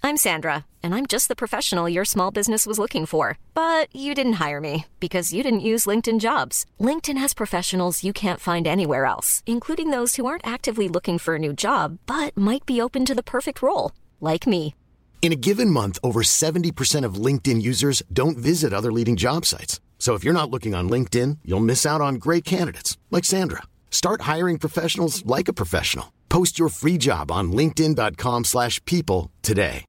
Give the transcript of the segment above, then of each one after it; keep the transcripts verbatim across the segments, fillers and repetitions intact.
I'm Sandra, and I'm just the professional your small business was looking for. But you didn't hire me because you didn't use LinkedIn Jobs. LinkedIn has professionals you can't find anywhere else, including those who aren't actively looking for a new job, but might be open to the perfect role, like me. In a given month, over seventy percent of LinkedIn users don't visit other leading job sites. So if you're not looking on LinkedIn, you'll miss out on great candidates like Sandra. Start hiring professionals like a professional. Post your free job on linkedin.com slash people today.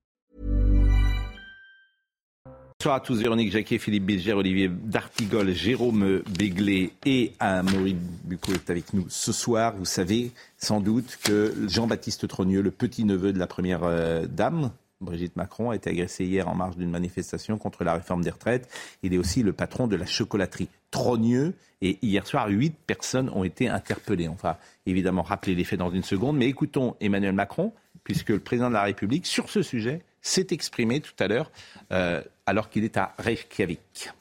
Bonsoir à tous, Véronique Jacquier, Philippe Bilger, Olivier D'Artigol, Jérôme Béglé et Amaury Bucco est avec nous ce soir. Vous savez sans doute que Jean-Baptiste Trogneux, le petit-neveu de la première euh, dame, Brigitte Macron, a été agressé hier en marge d'une manifestation contre la réforme des retraites. Il est aussi le patron de la chocolaterie Trogneux. Et hier soir, huit personnes ont été interpellées. On va évidemment rappeler les faits dans une seconde. Mais écoutons Emmanuel Macron, puisque le président de la République, sur ce sujet, s'est exprimé tout à l'heure, euh, alors qu'il est à Reykjavik.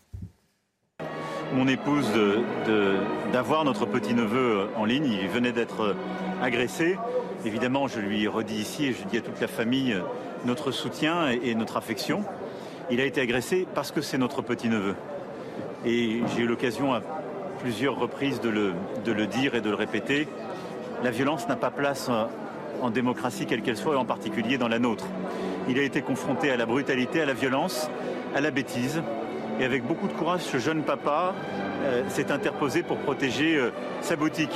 Mon épouse de, de, d'avoir notre petit-neveu en ligne, il venait d'être agressé. Évidemment, je lui redis ici et je dis à toute la famille notre soutien et, et notre affection. Il a été agressé parce que c'est notre petit-neveu. Et j'ai eu l'occasion à plusieurs reprises de le, de le dire et de le répéter. La violence n'a pas place en démocratie quelle qu'elle soit et en particulier dans la nôtre. Il a été confronté à la brutalité, à la violence, à la bêtise. Et avec beaucoup de courage, ce jeune papa euh, s'est interposé pour protéger euh, sa boutique.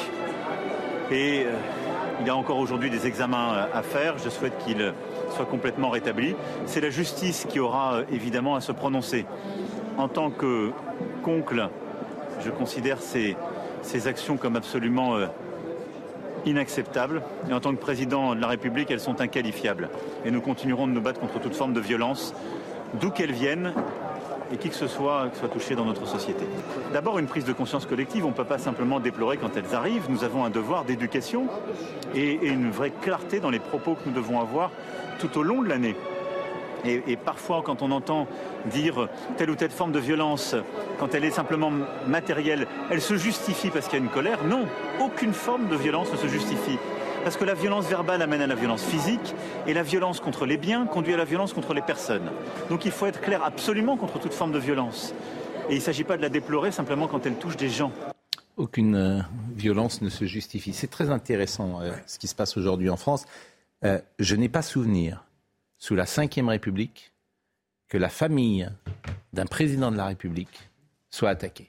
Et euh, il a encore aujourd'hui des examens à faire. Je souhaite qu'il soit complètement rétabli. C'est la justice qui aura euh, évidemment à se prononcer. En tant que qu'oncle, je considère ces, ces actions comme absolument euh, inacceptables. Et en tant que président de la République, elles sont inqualifiables. Et nous continuerons de nous battre contre toute forme de violence, d'où qu'elles viennent, et qui que ce soit, que soit touché dans notre société. D'abord, une prise de conscience collective. On ne peut pas simplement déplorer quand elles arrivent. Nous avons un devoir d'éducation et, et une vraie clarté dans les propos que nous devons avoir tout au long de l'année. Et, et parfois, quand on entend dire telle ou telle forme de violence, quand elle est simplement matérielle, elle se justifie parce qu'il y a une colère. Non, aucune forme de violence ne se justifie. Parce que la violence verbale amène à la violence physique et la violence contre les biens conduit à la violence contre les personnes. Donc il faut être clair absolument contre toute forme de violence. Et il ne s'agit pas de la déplorer simplement quand elle touche des gens. Aucune euh, violence ne se justifie. C'est très intéressant euh, ce qui se passe aujourd'hui en France. Euh, je n'ai pas souvenir, sous la cinquième République, que la famille d'un président de la République soit attaquée.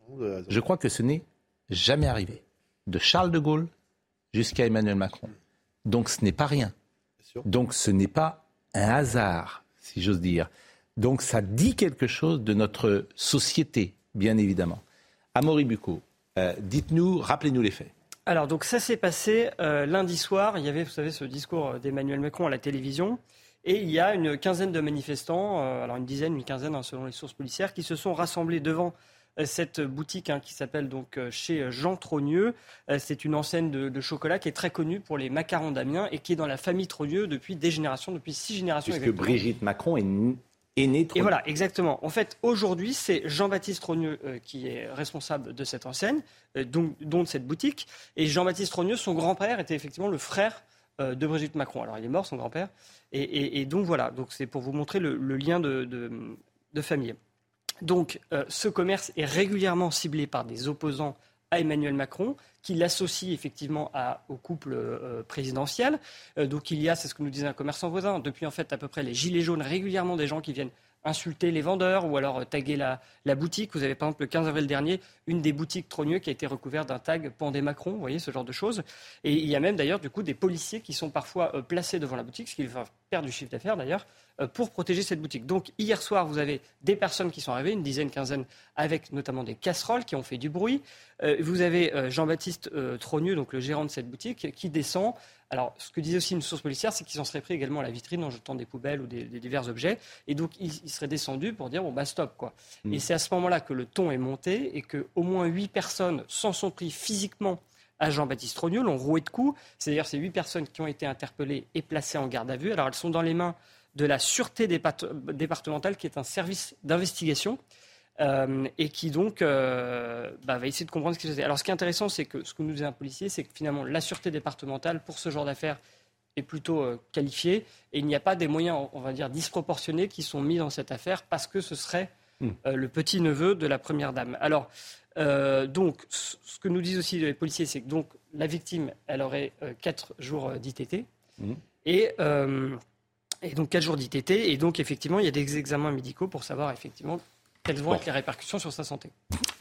Je crois que ce n'est jamais arrivé. De Charles de Gaulle jusqu'à Emmanuel Macron. Donc ce n'est pas rien. Donc ce n'est pas un hasard, si j'ose dire. Donc ça dit quelque chose de notre société, bien évidemment. Amaury Bucco, euh, dites-nous, rappelez-nous les faits. Alors donc ça s'est passé euh, lundi soir. Il y avait, vous savez, ce discours d'Emmanuel Macron à la télévision. Et il y a une quinzaine de manifestants, euh, alors une dizaine, une quinzaine hein, selon les sources policières, qui se sont rassemblés devant euh, cette boutique hein, qui s'appelle donc euh, chez Jean Trogneux. Euh, c'est une enseigne de, de chocolat qui est très connue pour les macarons d'Amiens et qui est dans la famille Trogneux depuis des générations, depuis six générations. Puisque exactement. Brigitte Macron est, n- est née Trogneux. Et voilà, exactement. En fait, aujourd'hui, c'est Jean-Baptiste Trogneux euh, qui est responsable de cette enseigne, euh, donc, dont de cette boutique. Et Jean-Baptiste Trogneux, son grand-père, était effectivement le frère euh, de Brigitte Macron. Alors, il est mort, son grand-père. Et, et, et donc voilà, donc c'est pour vous montrer le, le lien de, de, de famille. Donc euh, ce commerce est régulièrement ciblé par des opposants à Emmanuel Macron, qui l'associent effectivement à, au couple euh, présidentiel. Euh, donc il y a, c'est ce que nous disait un commerçant voisin, depuis en fait à peu près les gilets jaunes, régulièrement des gens qui viennent insulter les vendeurs ou alors taguer la, la boutique. Vous avez par exemple le quinze avril dernier une des boutiques Trogneux qui a été recouverte d'un tag Pendez Macron, vous voyez ce genre de choses. Et il y a même d'ailleurs du coup des policiers qui sont parfois euh, placés devant la boutique, ce qui va perdre du chiffre d'affaires d'ailleurs, euh, pour protéger cette boutique. Donc hier soir vous avez des personnes qui sont arrivées, une dizaine, quinzaine, avec notamment des casseroles qui ont fait du bruit. Euh, vous avez euh, Jean-Baptiste euh, Trogneux, donc le gérant de cette boutique, qui descend. Alors, ce que disait aussi une source policière, c'est qu'ils s'en seraient pris également à la vitrine en jetant des poubelles ou des, des divers objets. Et donc, ils, ils seraient descendus pour dire, bon, bah stop, quoi. Mmh. Et c'est à ce moment-là que le ton est monté et qu'au moins huit personnes s'en sont pris physiquement à Jean-Baptiste Trogneux, l'ont roué de coups. C'est-à-dire ces huit personnes qui ont été interpellées et placées en garde à vue. Alors, elles sont dans les mains de la Sûreté départementale, qui est un service d'investigation. Euh, et qui donc euh, bah, va essayer de comprendre ce qui se fait. Alors ce qui est intéressant, c'est que ce que nous disait un policier, c'est que finalement la sûreté départementale, pour ce genre d'affaires, est plutôt euh, qualifiée et il n'y a pas des moyens, on va dire, disproportionnés qui sont mis dans cette affaire parce que ce serait euh, le petit-neveu de la Première Dame. Alors, euh, donc, ce que nous disent aussi les policiers, c'est que donc, la victime, elle aurait euh, quatre jours d'I T T mmh. et... Euh, Et donc quatre jours d'I T T, et donc effectivement il y a des examens médicaux pour savoir effectivement quelles vont bon. être les répercussions sur sa santé.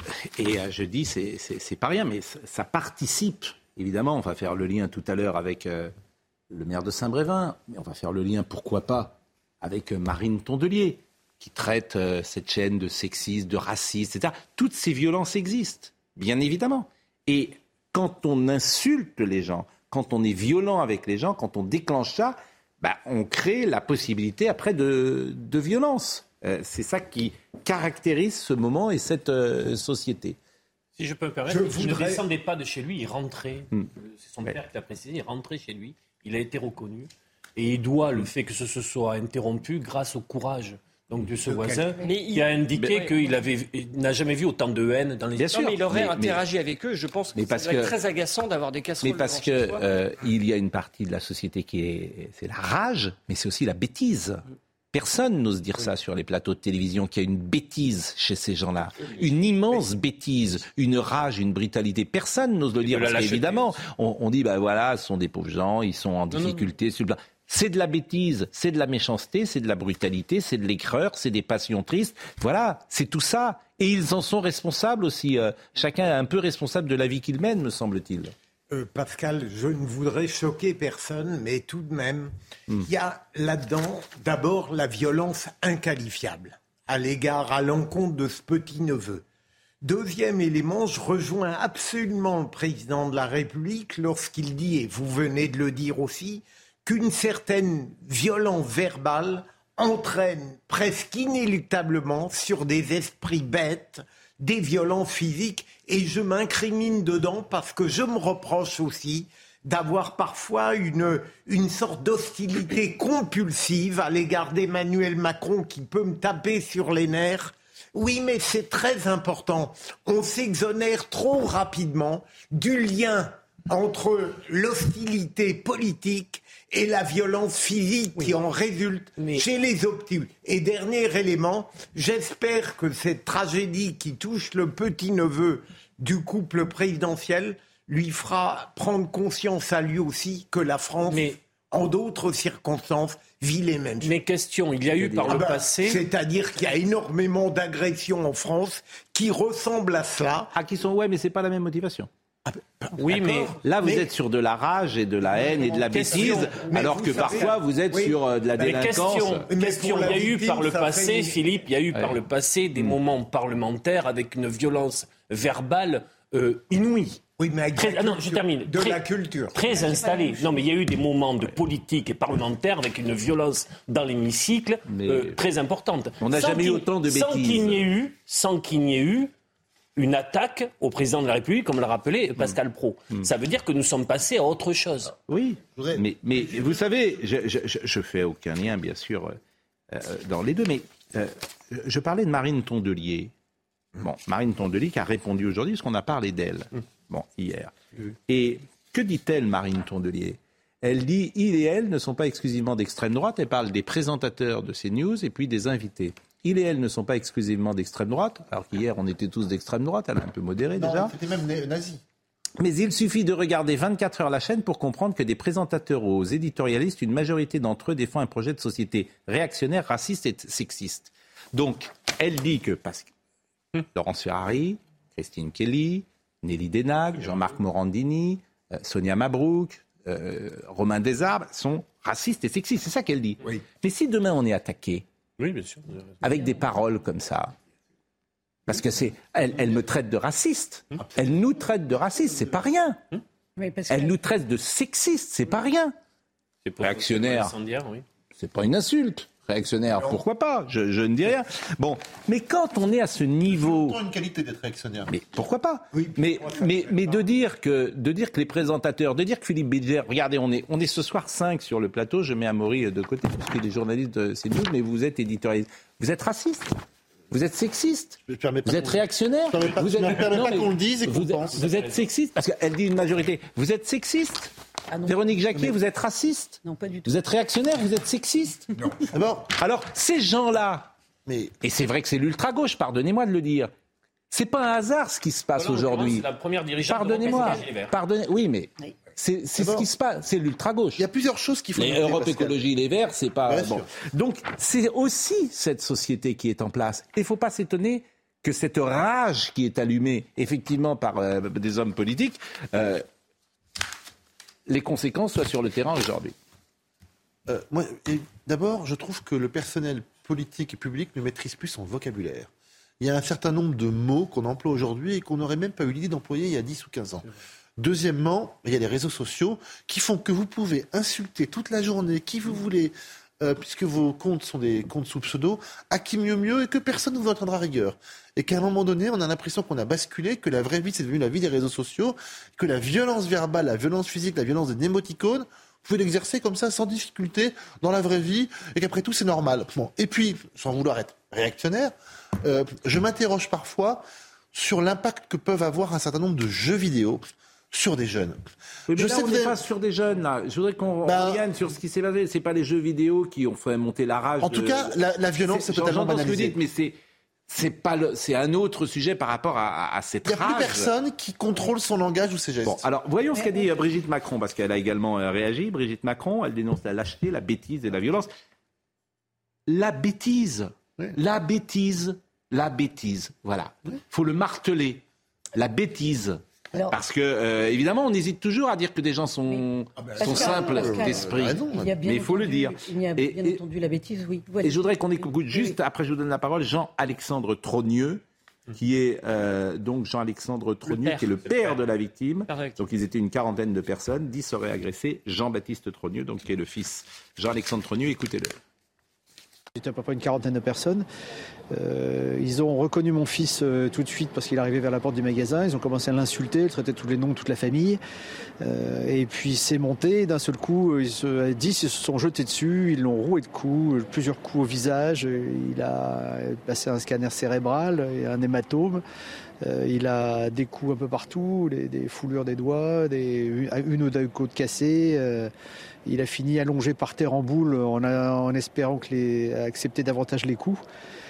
Et euh, je dis, c'est, c'est, c'est pas rien, mais ça, ça participe, évidemment, on va faire le lien tout à l'heure avec euh, le maire de Saint-Brévin, mais on va faire le lien, pourquoi pas, avec euh, Marine Tondelier, qui traite euh, cette chaîne de sexisme, de racisme, et cetera. Toutes ces violences existent, bien évidemment. Et quand on insulte les gens, quand on est violent avec les gens, quand on déclenche ça, bah, on crée la possibilité après de, de violence. Euh, c'est ça qui caractérise ce moment et cette euh, société. Si je peux me permettre, je il voudrais... ne descendait pas de chez lui, il rentrait. Hmm. C'est son ouais. père qui l'a précisé, il rentrait chez lui, il a été reconnu. Et il doit le fait que ce se soit interrompu grâce au courage donc, de ce voisin mais qui il... a indiqué mais... qu'il avait, il n'a jamais vu autant de haine dans les... Bien sûr, non, mais il aurait mais, interagi mais... avec eux. Je pense que c'est que... très agaçant d'avoir des casseroles. Mais parce qu'il euh, y a une partie de la société qui est... C'est la rage, mais c'est aussi la bêtise. Personne n'ose dire ça sur les plateaux de télévision, qu'il y a une bêtise chez ces gens-là. Une immense bêtise, une rage, une brutalité. Personne n'ose le dire parce qu'évidemment, on, on dit, ben voilà, ce sont des pauvres gens, ils sont en difficulté. Non, non, non. C'est de la bêtise, c'est de la méchanceté, c'est de la brutalité, c'est de l'écreur, c'est des passions tristes. Voilà, c'est tout ça. Et ils en sont responsables aussi. Euh, chacun est un peu responsable de la vie qu'il mène, me semble-t-il. Euh, Pascal, je ne voudrais choquer personne, mais tout de même, il mm. y a là-dedans d'abord la violence inqualifiable à l'égard, à l'encontre de ce petit-neveu. Deuxième élément, je rejoins absolument le président de la République lorsqu'il dit, et vous venez de le dire aussi, qu'une certaine violence verbale entraîne presque inéluctablement sur des esprits bêtes des violences physiques. Et je m'incrimine dedans parce que je me reproche aussi d'avoir parfois une, une sorte d'hostilité compulsive à l'égard d'Emmanuel Macron qui peut me taper sur les nerfs. Oui, mais c'est très important. On s'exonère trop rapidement du lien entre l'hostilité politique et la violence physique oui. qui en résulte mais... chez les obtus. Et dernier élément, j'espère que cette tragédie qui touche le petit-neveu du couple présidentiel lui fera prendre conscience à lui aussi que la France, mais... en d'autres circonstances, vit les mêmes choses. Mais question, il y a eu par ah le ben, passé... C'est-à-dire qu'il y a énormément d'agressions en France qui ressemblent à cela. Ah, qui sont... Ouais, mais c'est pas la même motivation. Ah, oui, mais là, vous mais... êtes sur de la rage et de la haine et de la bêtise, alors que savez... parfois, vous êtes oui. sur de la délinquance. Question, mais question. il y a eu victime, par le passé, fait... Philippe, il y a eu ouais. par le passé des mmh. moments parlementaires avec une violence verbale euh, inouïe. Oui, mais avec très, ah non, je termine. De très, la culture. Très installée. Non, mais il y a eu des moments de politique et parlementaire avec une violence dans l'hémicycle euh, très importante. On n'a jamais eu autant de bêtises. Sans qu'il n'y ait eu, sans qu'il n'y ait eu une attaque au président de la République, comme l'a rappelé Pascal mmh. Praud. Mmh. Ça veut dire que nous sommes passés à autre chose. Oui, mais, mais vous savez, je ne fais aucun lien, bien sûr, euh, dans les deux, mais euh, je parlais de Marine Tondelier. Bon, Marine Tondelier qui a répondu aujourd'hui, parce qu'on a parlé d'elle, bon, hier. Et que dit-elle, Marine Tondelier ? Elle dit, il et elle ne sont pas exclusivement d'extrême droite, elle parle des présentateurs de CNews et puis des invités. Il et elle ne sont pas exclusivement d'extrême droite, alors qu'hier on était tous d'extrême droite, elle est un peu modérée non, déjà. C'était même nazi. Mais il suffit de regarder vingt-quatre heures la chaîne pour comprendre que des présentateurs aux éditorialistes, une majorité d'entre eux défend un projet de société réactionnaire, raciste et sexiste. Donc, elle dit que parce que hum. Laurence Ferrari, Christine Kelly, Nelly Denac, Jean-Marc Morandini, euh, Sonia Mabrouk, euh, Romain Desarbes sont racistes et sexistes. C'est ça qu'elle dit. Oui. Mais si demain on est attaqué, oui, bien sûr. avec des paroles comme ça, parce que c'est, elle, elle me traite de raciste, elle nous traite de raciste, c'est pas rien. Oui, parce que... Elle nous traite de sexiste, c'est pas rien. C'est pour réactionnaire, oui. C'est pas une insulte. Réactionnaire, pourquoi pas, je, je ne dis rien. Bon, mais quand on est à ce niveau... C'est une qualité d'être réactionnaire. Mais pourquoi pas oui, mais, mais, mais de dire que de dire que les présentateurs, de dire que Philippe Bilger, regardez, on est, on est ce soir cinq sur le plateau, je mets Amaury de côté, parce qu'il est journaliste de CNews, mais vous êtes éditorialiste. Vous êtes raciste, vous êtes sexiste, vous êtes réactionnaire. Je ne vous me permets pas qu'on le dise et qu'on vous, pense. Vous êtes sexiste, parce qu'elle dit une majorité. Vous êtes sexiste. Ah non. Véronique Jacquier, Mais... vous êtes raciste? Non, pas du tout. Vous êtes réactionnaire? Vous êtes sexiste? Non. D'abord, alors ces gens-là, mais... et c'est vrai que c'est l'ultra-gauche, pardonnez-moi de le dire, c'est pas un hasard ce qui se passe voilà, aujourd'hui. C'est la première dirigeante. Pardonnez-moi. Pardonnez... Oui, mais oui. c'est, c'est ce qui se passe. C'est l'ultra-gauche. Il y a plusieurs choses qu'il faut. Les Europe Écologie Les Verts, c'est pas Bien bon. sûr. Donc c'est aussi cette société qui est en place. Il ne faut pas s'étonner que cette rage qui est allumée effectivement par euh, des hommes politiques, euh, les conséquences soient sur le terrain aujourd'hui. Euh, moi, et d'abord, je trouve que le personnel politique et public ne maîtrise plus son vocabulaire. Il y a un certain nombre de mots qu'on emploie aujourd'hui et qu'on n'aurait même pas eu l'idée d'employer il y a dix ou quinze ans. Deuxièmement, il y a les réseaux sociaux qui font que vous pouvez insulter toute la journée qui vous voulez, euh, puisque vos comptes sont des comptes sous pseudo, à qui mieux mieux et que personne ne vous entendra rigueur. Et qu'à un moment donné, on a l'impression qu'on a basculé, que la vraie vie, c'est devenu la vie des réseaux sociaux, que la violence verbale, la violence physique, la violence des émoticônes, vous pouvez l'exercer comme ça sans difficulté dans la vraie vie et qu'après tout, c'est normal. Bon. Et puis, sans vouloir être réactionnaire, euh, je m'interroge parfois sur l'impact que peuvent avoir un certain nombre de jeux vidéo sur des jeunes. Oui, mais je là, sais on que n'est vous pas avez... sur des jeunes, là. Je voudrais qu'on bah... revienne sur ce qui s'est passé. C'est pas les jeux vidéo qui ont fait monter la rage. En de... tout cas, la, la violence, c'est, c'est totalement banalisé. J'entends ce que vous dites, mais c'est... C'est, pas le, c'est un autre sujet par rapport à, à, à cette rage. Il n'y a plus personne qui contrôle son langage ou ses gestes. Bon, alors voyons ce qu'a dit Brigitte Macron, parce qu'elle a également réagi. Brigitte Macron, elle dénonce la lâcheté, la bêtise et la violence. La bêtise, oui. la bêtise, la bêtise, voilà. Il oui. faut le marteler. La bêtise. Alors, parce que, euh, évidemment, on hésite toujours à dire que des gens sont, ah ben, sont simples Pascal, d'esprit. Il mais il faut entendu, le dire. Il y a bien et, entendu la bêtise, oui. Voilà. Et je voudrais qu'on écoute juste, oui. après je vous donne la parole, Jean-Alexandre Trogneux, qui est euh, donc Jean-Alexandre Trogneux, qui est le père de la victime. Donc ils étaient une quarantaine de personnes, dix seraient agressés. Jean-Baptiste Trogneux, donc qui est le fils. Jean-Alexandre Trogneux, écoutez-le. C'était à peu près une quarantaine de personnes. Euh, ils ont reconnu mon fils euh, tout de suite parce qu'il arrivait vers la porte du magasin. Ils ont commencé à l'insulter, ils traitaient tous les noms, toute la famille. Euh, et puis c'est monté. D'un seul coup, ils se, dix ils se sont jetés dessus. Ils l'ont roué de coups, plusieurs coups au visage. Il a passé un scanner cérébral et un hématome. Euh, il a des coups un peu partout, des, des foulures des doigts, des, une ou deux côtes cassées. Euh, il a fini allongé par terre en boule en, en espérant que les, accepter davantage les coups.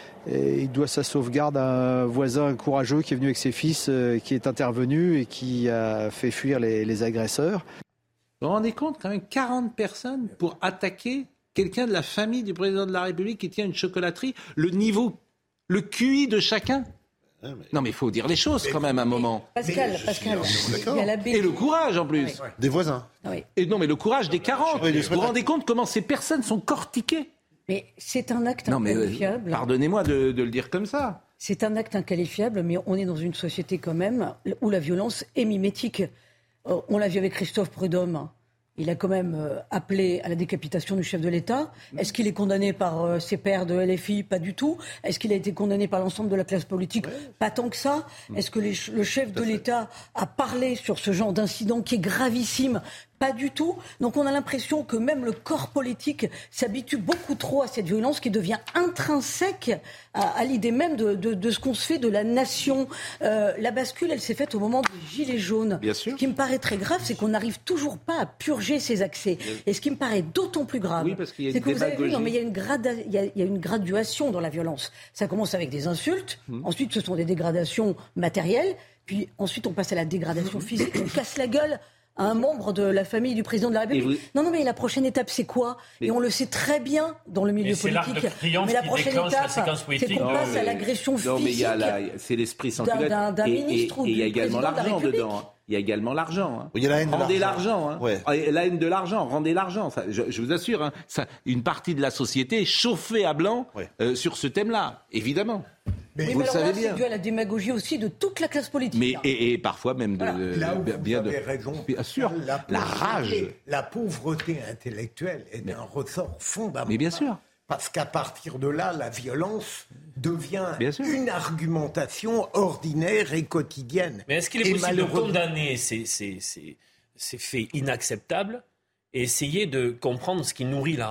Et il doit sa sauvegarde à un voisin courageux qui est venu avec ses fils, euh, qui est intervenu et qui a fait fuir les, les agresseurs. Vous vous rendez compte quand même, quarante personnes pour attaquer quelqu'un de la famille du président de la République qui tient une chocolaterie, le niveau, le Q I de chacun. Ah mais... Non mais il faut dire les choses mais, quand même à un moment. Pascal, mais, Pascal, il y a la bêtise. Et le courage en plus. Oui. Des voisins. Oui. Et non mais le courage des quarante. Oui, vous vous rendez compte comment ces personnes sont cortiquées? Mais c'est un acte non, inqualifiable. Mais, pardonnez-moi de, de le dire comme ça. C'est un acte inqualifiable, mais on est dans une société quand même où la violence est mimétique. Euh, on l'a vu avec Christophe Prudhomme. Il a quand même euh, appelé à la décapitation du chef de l'État. Est-ce qu'il est condamné par euh, ses pairs de L F I? Pas du tout. Est-ce qu'il a été condamné par l'ensemble de la classe politique? Ouais. Pas tant que ça. Est-ce que les, le chef de l'État a parlé sur ce genre d'incident qui est gravissime? Pas du tout. Donc on a l'impression que même le corps politique s'habitue beaucoup trop à cette violence qui devient intrinsèque à, à l'idée même de, de, de ce qu'on se fait de la nation. Euh, la bascule, elle s'est faite au moment des Gilets jaunes. Bien sûr. Ce qui me paraît très grave, c'est qu'on n'arrive toujours pas à purger ces accès. Et ce qui me paraît d'autant plus grave, oui, parce qu'il y a c'est une que vous avez vu, non, mais il y a une grada, il y a, il y a une graduation dans la violence. Ça commence avec des insultes. Mmh. Ensuite, ce sont des dégradations matérielles. Puis ensuite, on passe à la dégradation physique. On casse la gueule à un membre de la famille du président de la République. Vous... Non, non, mais la prochaine étape, c'est quoi? Et, et on le sait très bien dans le milieu politique. Mais la prochaine étape, la c'est qu'on non, passe mais... à l'agression physique. Non, mais il y a la... c'est l'esprit sans culotte. D'un, d'un et, ministre et, ou et il y a du également l'argent dedans. Il y a également l'argent. Hein. Il y a la haine rendez de l'argent. l'argent. Hein. Ouais. La haine de l'argent, rendez l'argent. Ça, je, je vous assure, hein, ça, une partie de la société est chauffée à blanc ouais. euh, sur ce thème-là, évidemment. Mais vous mais le savez là, bien. C'est dû à la démagogie aussi de toute la classe politique. Mais et, et parfois même de, voilà. Là où bien vous avez de. raison. Bien sûr. La, la rage. La pauvreté intellectuelle est mais, un ressort fondamental. Mais bien sûr. Parce qu'à partir de là, la violence devient une argumentation ordinaire et quotidienne. Mais est-ce qu'il est et possible malheureux... de condamner ces, ces, ces, ces faits inacceptables et essayer de comprendre ce qui nourrit la rage?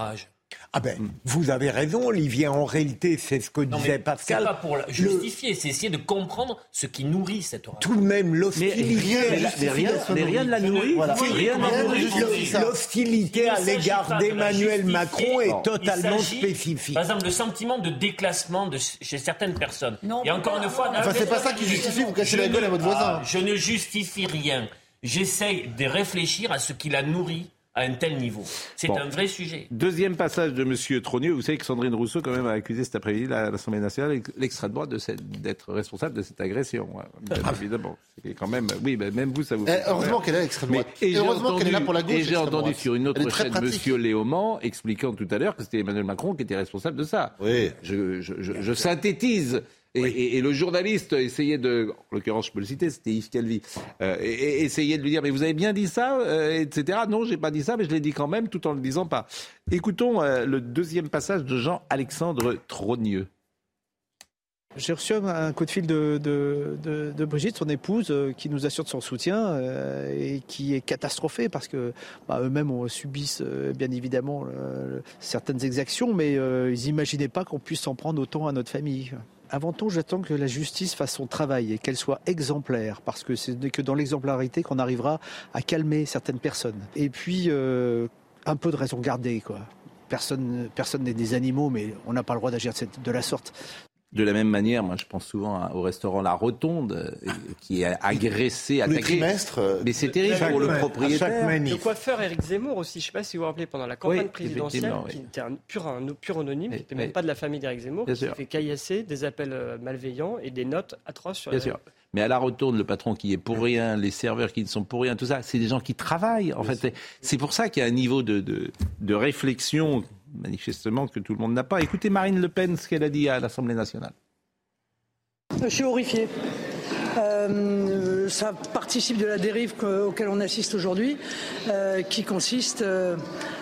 Ah ben, mmh. vous avez raison, Olivier. En réalité, c'est ce que non, disait Pascal. C'est pas pour justifier, le... c'est essayer de comprendre ce qui nourrit cette horreur. Tout de même, l'hostilité. Mais rien, mais rien ne la nourrit. Voilà. Rien ne nourrit. L'hostilité à l'égard d'Emmanuel Macron est totalement spécifique. Par exemple, le sentiment de déclassement de, chez certaines personnes. Non, et encore une fois, enfin, c'est pas ça qui justifie. Vous cassez la gueule à votre voisin. Je ne justifie rien. J'essaie de réfléchir à ce qui la nourrit à un tel niveau. C'est bon. Un vrai sujet. Deuxième passage de M. Trogneux. Vous savez que Sandrine Rousseau, quand même, a accusé cet après-midi à l'Assemblée nationale l'extrême droite de cette, d'être responsable de cette agression. Bien évidemment. C'est quand même, oui, ben, même vous, ça vous fait. Eh, heureusement qu'elle est l'extrême droite. Et, et heureusement entendu, qu'elle est là pour la gauche. Et j'ai entendu sur une autre chaîne M. Léaumont expliquant tout à l'heure que c'était Emmanuel Macron qui était responsable de ça. Oui. Je, je, je, je synthétise. Et, oui. et, et le journaliste essayait de, en l'occurrence je peux le citer, c'était Yves Calvi, euh, et, et essayait de lui dire mais vous avez bien dit ça, euh, et cetera. Non, j'ai pas dit ça, mais je l'ai dit quand même, tout en le disant pas. Écoutons euh, le deuxième passage de Jean-Alexandre Trogneux. J'ai reçu un coup de fil de, de, de, de Brigitte, son épouse, euh, qui nous assure de son soutien euh, et qui est catastrophée parce que bah, eux-mêmes on, subissent euh, bien évidemment euh, certaines exactions, mais euh, ils n'imaginaient pas qu'on puisse s'en prendre autant à notre famille. Avant tout, j'attends que la justice fasse son travail et qu'elle soit exemplaire, parce que ce n'est que dans l'exemplarité qu'on arrivera à calmer certaines personnes. Et puis, euh, un peu de raison gardée, quoi. Personne, personne n'est des animaux, mais on n'a pas le droit d'agir de, cette, de la sorte. De la même manière, moi je pense souvent au restaurant La Rotonde, euh, qui est agressé, attaqué. Trimestres, euh, mais c'est terrible pour le propriétaire. Le coiffeur Éric Zemmour aussi, je ne sais pas si vous vous rappelez, pendant la campagne oui, présidentielle, qui oui. était un pur, un pur anonyme, qui n'était même oui. pas de la famille d'Éric Zemmour, Bien qui sûr. s'est fait caillasser, des appels malveillants et des notes atroces sur Bien les... sûr. Mais à La Rotonde, le patron qui est pour rien, les serveurs qui ne sont pour rien, tout ça, c'est des gens qui travaillent. En fait, c'est pour ça qu'il y a un niveau de, de, de réflexion, manifestement, que tout le monde n'a pas. Écoutez Marine Le Pen, ce qu'elle a dit à l'Assemblée nationale. Je suis horrifié. Euh, ça participe de la dérive auquel on assiste aujourd'hui, euh, qui consiste euh,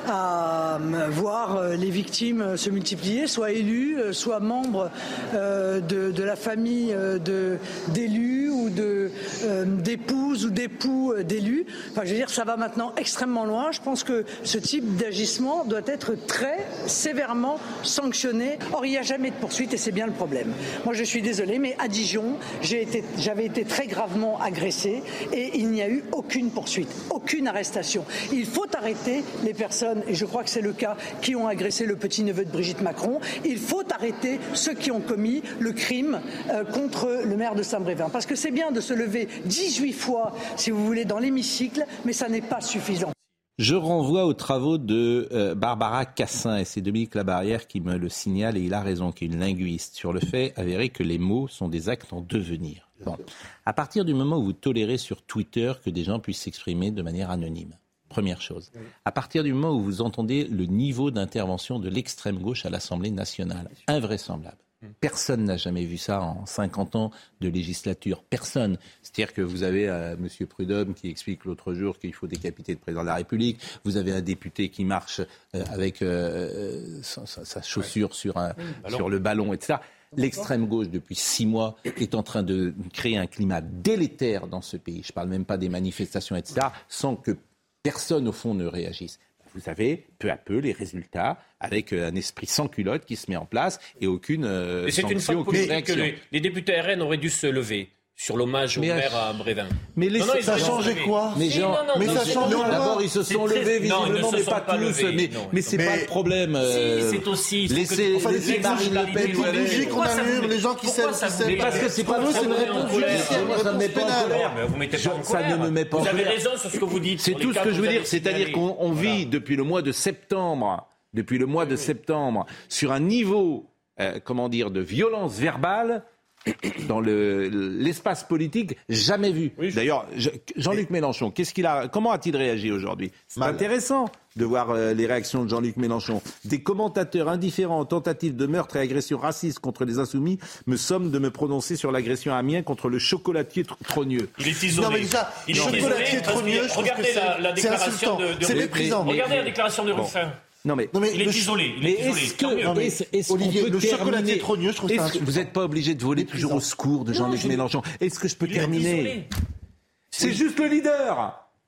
à voir les victimes se multiplier, soit élus, soit membres euh, de, de la famille de, d'élus ou de, euh, d'épouses ou d'époux d'élus. Enfin, je veux dire, ça va maintenant extrêmement loin. Je pense que ce type d'agissement doit être très sévèrement sanctionné. Or, il n'y a jamais de poursuite et c'est bien le problème. Moi, je suis désolé, mais à Dijon, j'ai été, j'avais été très gravement agressé et il n'y a eu aucune poursuite, aucune arrestation. Il faut arrêter les personnes, et je crois que c'est le cas, qui ont agressé le petit-neveu de Brigitte Macron. Il faut arrêter ceux qui ont commis le crime euh, contre le maire de Saint-Brévin. Parce que c'est bien de se lever dix-huit fois, si vous voulez, dans l'hémicycle, mais ça n'est pas suffisant. Je renvoie aux travaux de euh, Barbara Cassin, et c'est Dominique Labarrière qui me le signale, et il a raison, qui est une linguiste, sur le fait avéré que les mots sont des actes en devenir. Bon. À partir du moment où vous tolérez sur Twitter que des gens puissent s'exprimer de manière anonyme, première chose. À partir du moment où vous entendez le niveau d'intervention de l'extrême gauche à l'Assemblée nationale, invraisemblable. Personne n'a jamais vu ça en cinquante ans de législature. Personne. C'est-à-dire que vous avez euh, M. Prudhomme qui explique l'autre jour qu'il faut décapiter le président de la République. Vous avez un député qui marche euh, avec euh, sa, sa chaussure sur, un, oui. sur le ballon, et cetera. L'extrême gauche, depuis six mois, est en train de créer un climat délétère dans ce pays. Je ne parle même pas des manifestations, et cetera, sans que personne, au fond, ne réagisse. Vous avez peu à peu les résultats avec un esprit sans culotte qui se met en place et aucune euh, mais c'est sanction, une faute aucune politique que les, les députés R N auraient dû se lever sur l'hommage au mais maire à Brévin. Mais les, non, non, ça a changé quoi mais, si, non, non, mais non, ça change quoi D'abord, ils se sont très... levés visiblement, mais pas, pas tous. Mais, non, mais c'est mais... pas le problème. Euh... Si, c'est aussi. Laissez enfin, les Marine Le Pen. Les bougies qu'on allume, les gens qui s'aiment. Mais parce que c'est pas nous, c'est une réponse judiciaire. Moi, ça ne me met pas en colère. Vous mettez pas en colère. Ça ne me met pas en colère. Vous avez raison sur ce que vous dites. C'est tout ce que je veux dire. C'est-à-dire qu'on vit depuis le mois de septembre, depuis le mois de septembre, sur un niveau, comment dire, de violence verbale dans le, l'espace politique jamais vu. Oui, je... D'ailleurs, je, Jean-Luc Mélenchon, qu'est-ce qu'il a, comment a-t-il réagi aujourd'hui ? C'est Mal. intéressant de voir euh, les réactions de Jean-Luc Mélenchon. Des commentateurs indifférents aux tentatives de meurtre et agressions racistes contre les insoumis me somment de me prononcer sur l'agression à Amiens contre le chocolatier Trogneux. Il est isolé. Non, mais déjà, il est chocolatier Trogneux, regardez la, la déclaration de, de, c'est de méprisant. Regardez la déclaration de Ruffin. Non mais, non mais il est isolé. Il est isolé. Est-ce que, non mais, est-ce, est-ce Olivier, qu'on peut le chocolatier Trogneux, je trouve ça vous n'êtes pas obligé de voler toujours au secours de Jean-Luc non, Mélenchon. Est-ce que je peux il terminer ? C'est juste le leader.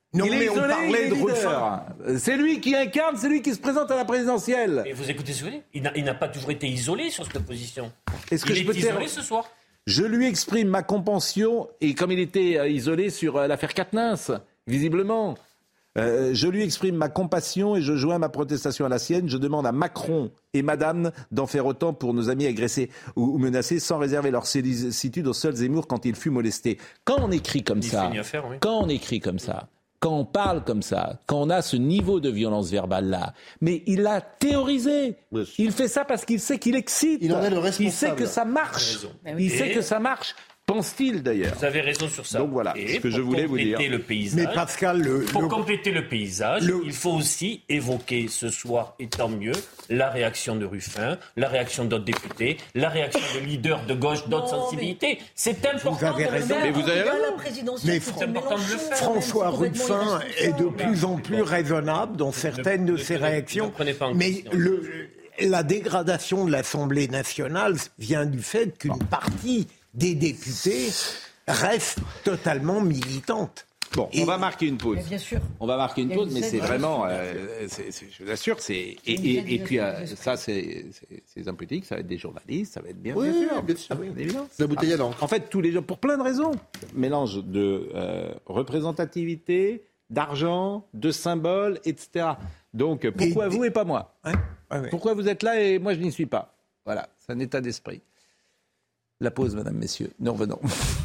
Non, il est mais isolé, on parlait il est de leader. C'est lui qui incarne, c'est lui qui se présente à la présidentielle. Et vous écoutez ce que je dis, il n'a, il n'a pas toujours été isolé sur cette position. Est-ce que il je est peux te isolé faire... ce soir. Je lui exprime ma compassion, et comme il était euh, isolé sur euh, l'affaire Quatennens, visiblement, euh, je lui exprime ma compassion et je joins ma protestation à la sienne. Je demande à Macron et Madame d'en faire autant pour nos amis agressés ou, ou menacés, sans réserver leur sollicitude au seul Zemmour quand il fut molesté. Quand on écrit comme Il ça, fait une affaire, oui. quand on écrit comme ça, quand on parle comme ça, quand on a ce niveau de violence verbale-là, mais il l'a théorisé. Il fait ça parce qu'il sait qu'il excite. Il en est le responsable. Il sait que ça marche. Il Et sait que ça marche. Pense-t-il d'ailleurs. Vous avez raison sur ça. Donc voilà, Et ce que je pour voulais vous dire. compléter le paysage, Mais Pascal, le, pour le- compléter le paysage, le- il faut aussi évoquer ce soir, et tant mieux, la réaction de Ruffin, la réaction d'autres députés, la réaction de leaders de gauche, d'autres Non, sensibilités. C'est important. Vous avez de le raison. faire. Mais vous avez raison. La présidentielle, Mais c'est Fran- important de le faire. François même, c'est complètement Ruffin est de irresponsable. plus en plus raisonnable dans certaines de ne ses prenez- réactions. ne prenez pas en Mais conscience. le, la dégradation de l'Assemblée nationale vient du fait qu'une partie des députés reste totalement militante. Bon, Et- on va marquer une pause. Mais bien sûr. On va marquer une Il y a pause, une mais scène c'est vraiment vraiment, euh, c'est- c'est- je vous assure, c'est et, Il y a une et, scène et puis euh, d'esprit. ça, c'est c'est- ces hommes politiques, ça va être des journalistes, ça va être bien, Oui, bien sûr, bien sûr, oui. évidemment. La bouteille à l'encre. En fait, tous les gens, pour plein de raisons, mélange de euh, représentativité, d'argent, de symboles, et cetera. Donc pourquoi Et- vous et pas moi Hein Ouais, ouais. Pourquoi vous êtes là et moi je n'y suis pas? Voilà, c'est un état d'esprit. La pause, mesdames, messieurs. Nous revenons.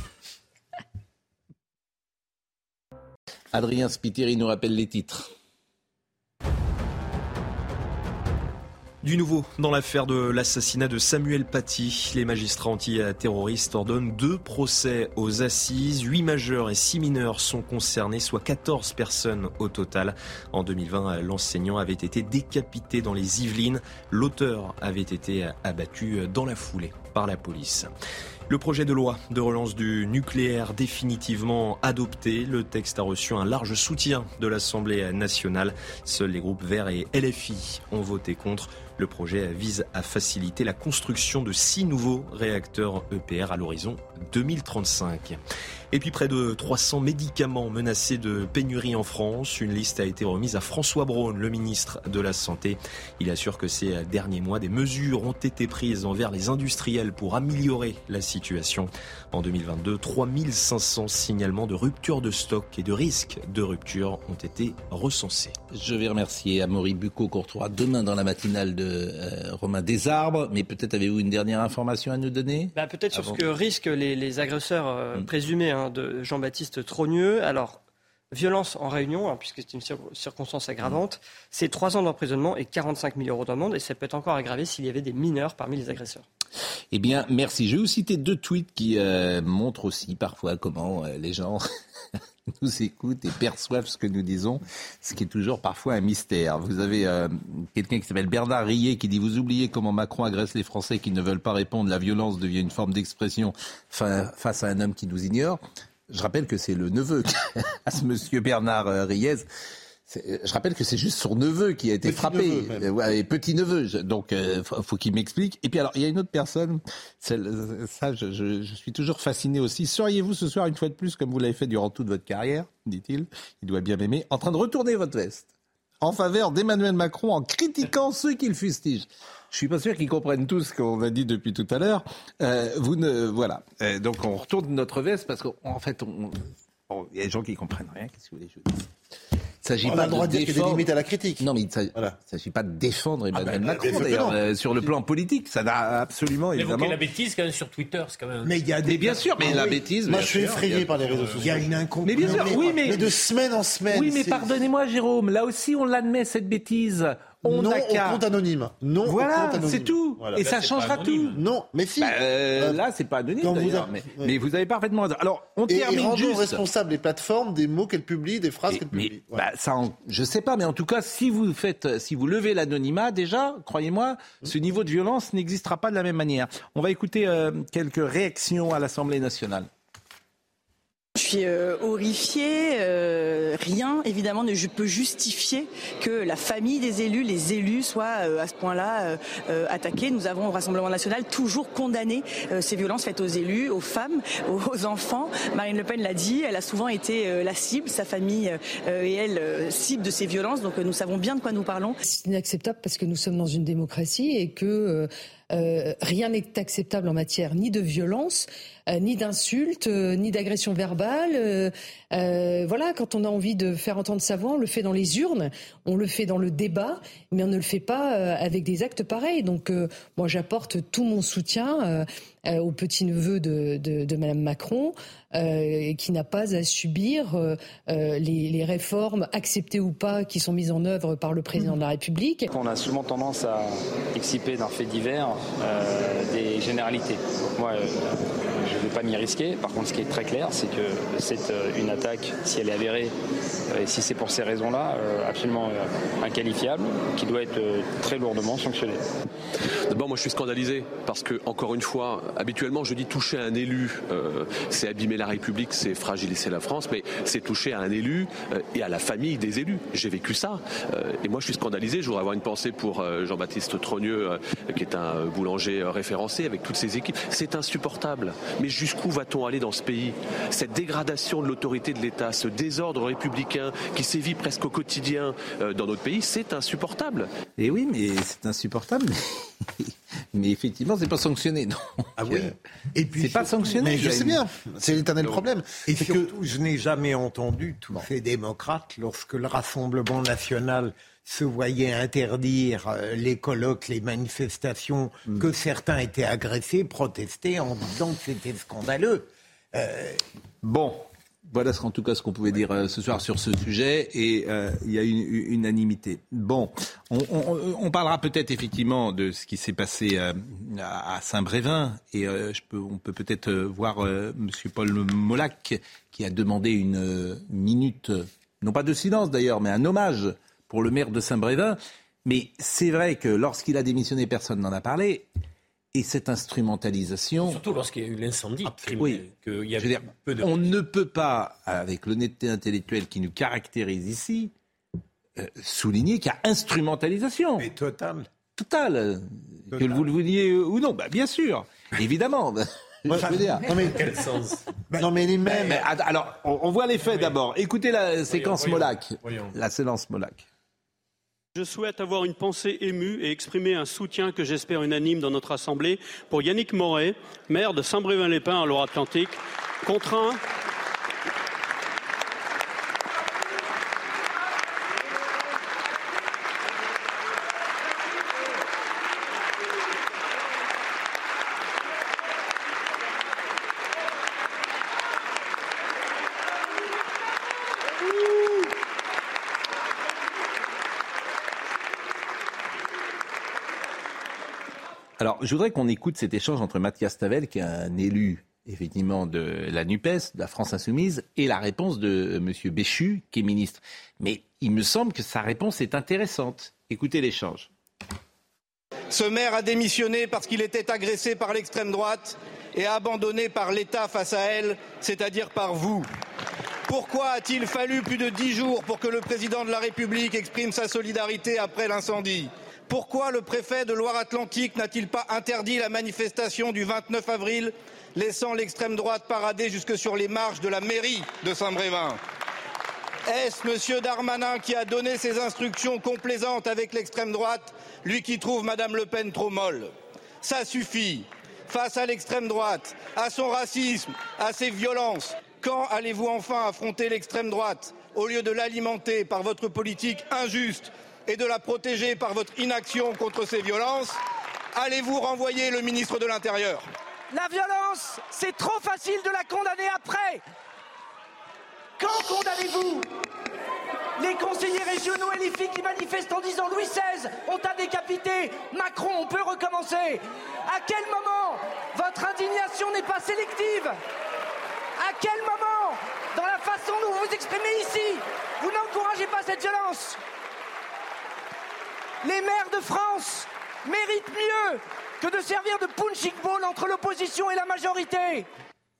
Adrien Spiteri nous rappelle les titres. Du nouveau, dans l'affaire de l'assassinat de Samuel Paty, les magistrats antiterroristes ordonnent deux procès aux assises. Huit majeurs et six mineurs sont concernés, soit quatorze personnes au total. En deux mille vingt, l'enseignant avait été décapité dans les Yvelines. L'auteur avait été abattu dans la foulée par la police. Le projet de loi de relance du nucléaire définitivement adopté. Le texte a reçu un large soutien de l'Assemblée nationale. Seuls les groupes Verts et L F I ont voté contre. Le projet vise à faciliter la construction de six nouveaux réacteurs E P R à l'horizon deux mille trente-cinq. Et puis près de trois cents médicaments menacés de pénurie en France. Une liste a été remise à François Braun, le ministre de la Santé. Il assure que ces derniers mois, des mesures ont été prises envers les industriels pour améliorer la situation. En deux mille vingt-deux, trois mille cinq cents signalements de rupture de stock et de risque de rupture ont été recensés. Je vais remercier Amaury Bucco qu'on retrouvera demain dans la matinale de euh, Romain Desarbres. Mais peut-être avez-vous une dernière information à nous donner? Bah, peut-être sur Avant. ce que risquent les, les agresseurs euh, Mm. présumés hein, de Jean-Baptiste Trogneux. Alors, violence en réunion, hein, puisque c'est une cir- circonstance aggravante, c'est trois ans d'emprisonnement et quarante-cinq mille euros d'amende. Et ça peut être encore aggravé s'il y avait des mineurs parmi les agresseurs. Eh bien, merci. Je vais vous citer deux tweets qui euh, montrent aussi parfois comment euh, les gens nous écoutent et perçoivent ce que nous disons, ce qui est toujours parfois un mystère. Vous avez euh, quelqu'un qui s'appelle Bernard Rillet qui dit « Vous oubliez comment Macron agresse les Français qui ne veulent pas répondre. La violence devient une forme d'expression fa- face à un homme qui nous ignore. » Je rappelle que c'est le neveu à ce monsieur Bernard euh, Rillet. C'est, je rappelle que c'est juste son neveu qui a été Petit frappé, neveu, même. Euh, ouais, et petit neveu. Je- donc, euh, faut, faut qu'il m'explique. Et puis alors, il y a une autre personne. Celle, ça, je, je, je suis toujours fasciné aussi. Seriez-vous ce soir une fois de plus, comme vous l'avez fait durant toute votre carrière, dit-il, il doit bien m'aimer, en train de retourner votre veste en faveur d'Emmanuel Macron en critiquant ceux qui le fustigent? Je suis pas sûr qu'ils comprennent tous ce qu'on a dit depuis tout à l'heure. Euh, vous ne, voilà. Euh, donc on retourne notre veste parce qu'en fait, on, bon, il y a des gens qui comprennent rien. Qu'est-ce que vous voulez que je vous dise? Il s'agit On a pas le droit de dire qu'il y a des défendre- limites à la critique. Non, mais il ne s'agit, Voilà. il s'agit pas de défendre Emmanuel Ah ben, Macron, bien sûr que d'ailleurs, non. euh, sur le plan politique. Ça n'a absolument, Évoquer évidemment... la bêtise quand même sur Twitter, c'est quand même. Mais il y a des Mais bien sûr, mais Ah la oui. bêtise... Moi, bien je suis sûr, effrayé il y a- par les réseaux sociaux. Il y a une incompréhension. Mais bien sûr, oui, mais... Mais de semaine en semaine. Oui, mais c'est- pardonnez-moi, Jérôme, là aussi, on l'admet, cette bêtise. On non n'a qu'à... au compte anonyme. Non Voilà, au compte anonyme. c'est tout. Voilà. Et Là, ça c'est changera pas anonyme. tout. Non, mais si. Bah, euh, Euh, là, c'est pas anonyme, quand vous d'ailleurs. avez- Mais, oui. mais vous avez parfaitement raison. Alors, on Et, et termine rendons juste... responsables les plateformes des mots qu'elles publient, des phrases Mais, qu'elles mais, publient. Voilà. bah, ça, en- je sais pas, mais en tout cas, si vous faites, si vous levez l'anonymat, déjà, croyez-moi, ce niveau de violence n'existera pas de la même manière. On va écouter euh, quelques réactions à l'Assemblée nationale. Je suis euh, horrifiée. Euh, rien, évidemment, ne peut justifier que la famille des élus, les élus, soient euh, à ce point-là euh, attaqués. Nous avons au Rassemblement national toujours condamné euh, ces violences faites aux élus, aux femmes, aux enfants. Marine Le Pen l'a dit, elle a souvent été euh, la cible, sa famille euh, et elle euh, cible de ces violences. Donc euh, nous savons bien de quoi nous parlons. C'est inacceptable parce que nous sommes dans une démocratie et que euh, euh, rien n'est acceptable en matière ni de violence, euh, ni d'insultes, euh, ni d'agression verbale. Euh, euh, voilà, quand on a envie de faire entendre sa voix, on le fait dans les urnes, on le fait dans le débat, mais on ne le fait pas euh, avec des actes pareils. Donc euh, moi j'apporte tout mon soutien euh, euh, au petit-neveu de, de, de Madame Macron, euh, qui n'a pas à subir euh, euh, les, les réformes, acceptées ou pas, qui sont mises en œuvre par le président de la République. On a souvent tendance à exciper d'un fait divers euh, des généralités. Moi, euh, je ne vais pas m'y risquer. Par contre, ce qui est très clair, c'est que c'est euh, une attaque, si elle est avérée, euh, et si c'est pour ces raisons-là, euh, absolument euh, inqualifiable, qui doit être euh, très lourdement sanctionnée. D'abord, moi, je suis scandalisé parce que, encore une fois, habituellement, je dis toucher un élu, euh, c'est abîmer la République, c'est fragiliser la France, mais c'est toucher à un élu euh, et à la famille des élus. J'ai vécu ça. Euh, et moi, je suis scandalisé. Je voudrais avoir une pensée pour euh, Jean-Baptiste Trogneux, euh, qui est un boulanger euh, référencé avec toutes ses équipes. C'est insupportable. Mais jusqu'où va-t-on aller dans ce pays ? Cette dégradation de l'autorité de l'État, ce désordre républicain qui sévit presque au quotidien euh, dans notre pays, c'est insupportable. Et oui, mais c'est insupportable. Mais effectivement, c'est pas sanctionné, non. Ah oui. Et puis c'est pas sanctionné. Mais je sais bien, c'est l'éternel problème. Et c'est surtout, que je n'ai jamais entendu tous bon. ces démocrates, lorsque le Rassemblement national se voyait interdire les colloques, les manifestations, mmh. que certains étaient agressés, protester en disant que c'était scandaleux. Euh... Bon. Voilà en tout cas ce qu'on pouvait dire euh, ce soir sur ce sujet et euh, il y a une, une unanimité. Bon, on, on, on parlera peut-être effectivement de ce qui s'est passé euh, à Saint-Brévin et euh, je peux, on peut peut-être voir euh, Monsieur Paul Molac qui a demandé une euh, minute, non pas de silence d'ailleurs, mais un hommage pour le maire de Saint-Brévin. Mais c'est vrai que lorsqu'il a démissionné, personne n'en a parlé. Et cette instrumentalisation... Surtout lorsqu'il y a eu l'incendie. Oui, qu'il y a je veux dire, peu de... on ne peut pas, avec l'honnêteté intellectuelle qui nous caractérise ici, euh, souligner qu'il y a instrumentalisation. Mais total. Total. Total. Que vous le vouliez ou non, bah, bien sûr, évidemment. Moi, je veux dire. Non mais quel sens? Non mais les mêmes. Mais, mais, alors, on, on voit les faits oui. d'abord. Écoutez la séquence voyons, Molac. Voyons. La séquence Molac. Je souhaite avoir une pensée émue et exprimer un soutien que j'espère unanime dans notre Assemblée pour Yannick Moret, maire de Saint-Brévin-les-Pins en Loire-Atlantique, contraint... Alors, je voudrais qu'on écoute cet échange entre Mathias Tavel, qui est un élu, effectivement, de la NUPES, de la France Insoumise, et la réponse de M. Béchu, qui est ministre. Mais il me semble que sa réponse est intéressante. Écoutez l'échange. Ce maire a démissionné parce qu'il était agressé par l'extrême droite et abandonné par l'État face à elle, c'est-à-dire par vous. Pourquoi a-t-il fallu plus de dix jours pour que le président de la République exprime sa solidarité après l'incendie ? Pourquoi le préfet de Loire-Atlantique n'a-t-il pas interdit la manifestation du vingt-neuf avril, laissant l'extrême droite parader jusque sur les marches de la mairie de Saint-Brévin ? Est-ce M. Darmanin qui a donné ses instructions complaisantes avec l'extrême droite, lui qui trouve Mme Le Pen trop molle ? Ça suffit. Face à l'extrême droite, à son racisme, à ses violences, quand allez-vous enfin affronter l'extrême droite, au lieu de l'alimenter par votre politique injuste et de la protéger par votre inaction contre ces violences? Allez-vous renvoyer le ministre de l'Intérieur? La violence, c'est trop facile de la condamner après. Quand condamnez-vous les conseillers régionaux et les filles qui manifestent en disant Louis seize, on t'a décapité, Macron, on peut recommencer? À quel moment votre indignation n'est pas sélective? À quel moment, dans la façon dont vous vous exprimez ici, vous n'encouragez pas cette violence? Les maires de France méritent mieux que de servir de punching ball entre l'opposition et la majorité.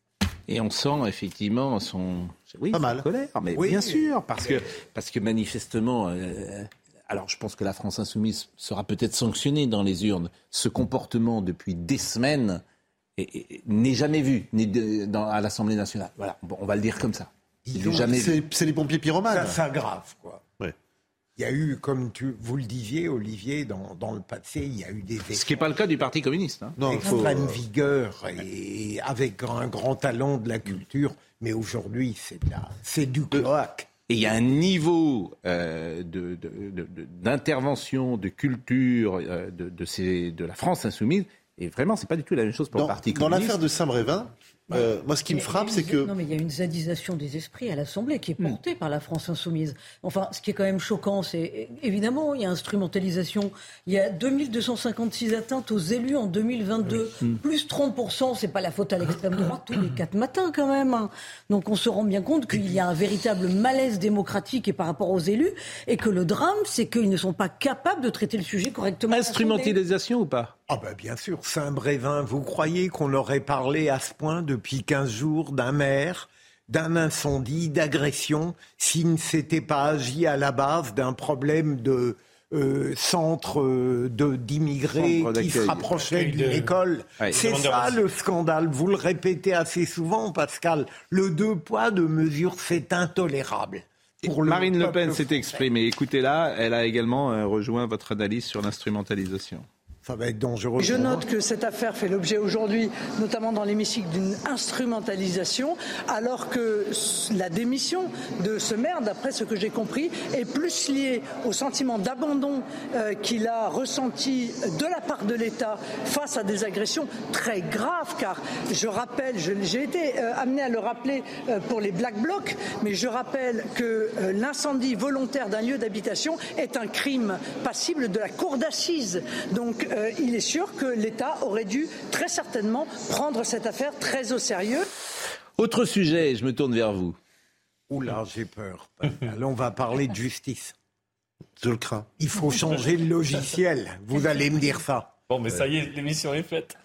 Et on sent effectivement son, oui, Pas mal. son colère, mais Oui. bien sûr, parce que, parce que manifestement, euh, alors je pense que la France insoumise sera peut-être sanctionnée dans les urnes. Ce comportement depuis des semaines est- est- n'est jamais vu n'est de- dans, à l'Assemblée nationale. Voilà, bon, on va le dire comme ça. Il n'est jamais vu. C'est c'est les pompiers pyromanes. Ça s'aggrave, quoi. Ouais. Il y a eu, comme tu, vous le disiez, Olivier, dans, dans le passé, il y a eu des Ce qui n'est pas le cas du Parti communiste. Hein. Non, faut- extrême vigueur et avec un grand talent de la culture, mais aujourd'hui, c'est, de la- c'est du cloaque. Et il y a un niveau euh, de, de, de, de- d'intervention, de culture euh, de, de, ces, de la France insoumise. Et vraiment, c'est pas du tout la même chose pour Dans, le Parti dans communiste. l'affaire de Saint-Brévin, euh, moi, ce qui me frappe, c'est que... Non, mais il y a une zadisation des esprits à l'Assemblée qui est portée par la France insoumise. Enfin, ce qui est quand même choquant, c'est évidemment, il y a instrumentalisation. Il y a deux mille deux cent cinquante-six atteintes aux élus en deux mille vingt-deux. Plus trente pour cent, c'est pas la faute à l'extrême droite tous les quatre matins quand même. hein. Donc on se rend bien compte qu'il y a un véritable malaise démocratique et par rapport aux élus et que le drame, c'est qu'ils ne sont pas capables de traiter le sujet correctement. à l'Assemblée. Instrumentalisation ou pas? Ah ben bien sûr, Saint-Brévin, vous croyez qu'on aurait parlé à ce point depuis quinze jours d'un maire, d'un incendie, d'agression, s'il ne s'était pas agi à la base d'un problème de euh, centre euh, de, d'immigrés Centre qui se d'accueil. rapprochait d'une de- école? Ouais. C'est Demandeur ça d'asile. le scandale, vous le répétez assez souvent Pascal, le deux poids, deux mesures, c'est intolérable. Pour le Marine Le Pen peuple s'est français. exprimée. Écoutez-la, elle a également euh, rejoint votre analyse sur l'instrumentalisation. Ça va être dangereux. Je pour moi. note que cette affaire fait l'objet aujourd'hui, notamment dans l'hémicycle, d'une instrumentalisation, alors que la démission de ce maire, d'après ce que j'ai compris, est plus liée au sentiment d'abandon euh, qu'il a ressenti de la part de l'État face à des agressions très graves. Car je rappelle, je- j'ai été euh, amené à le rappeler euh, pour les Black Blocs, mais je rappelle que euh, l'incendie volontaire d'un lieu d'habitation est un crime passible de la cour d'assises. Donc euh, il est sûr que l'État aurait dû très certainement prendre cette affaire très au sérieux. Autre sujet, je me tourne vers vous. Oula, j'ai peur. Pascal. On va parler de justice. Je le crains. Il faut changer le logiciel. Vous allez me dire ça. Bon, mais ça y est, l'émission est faite.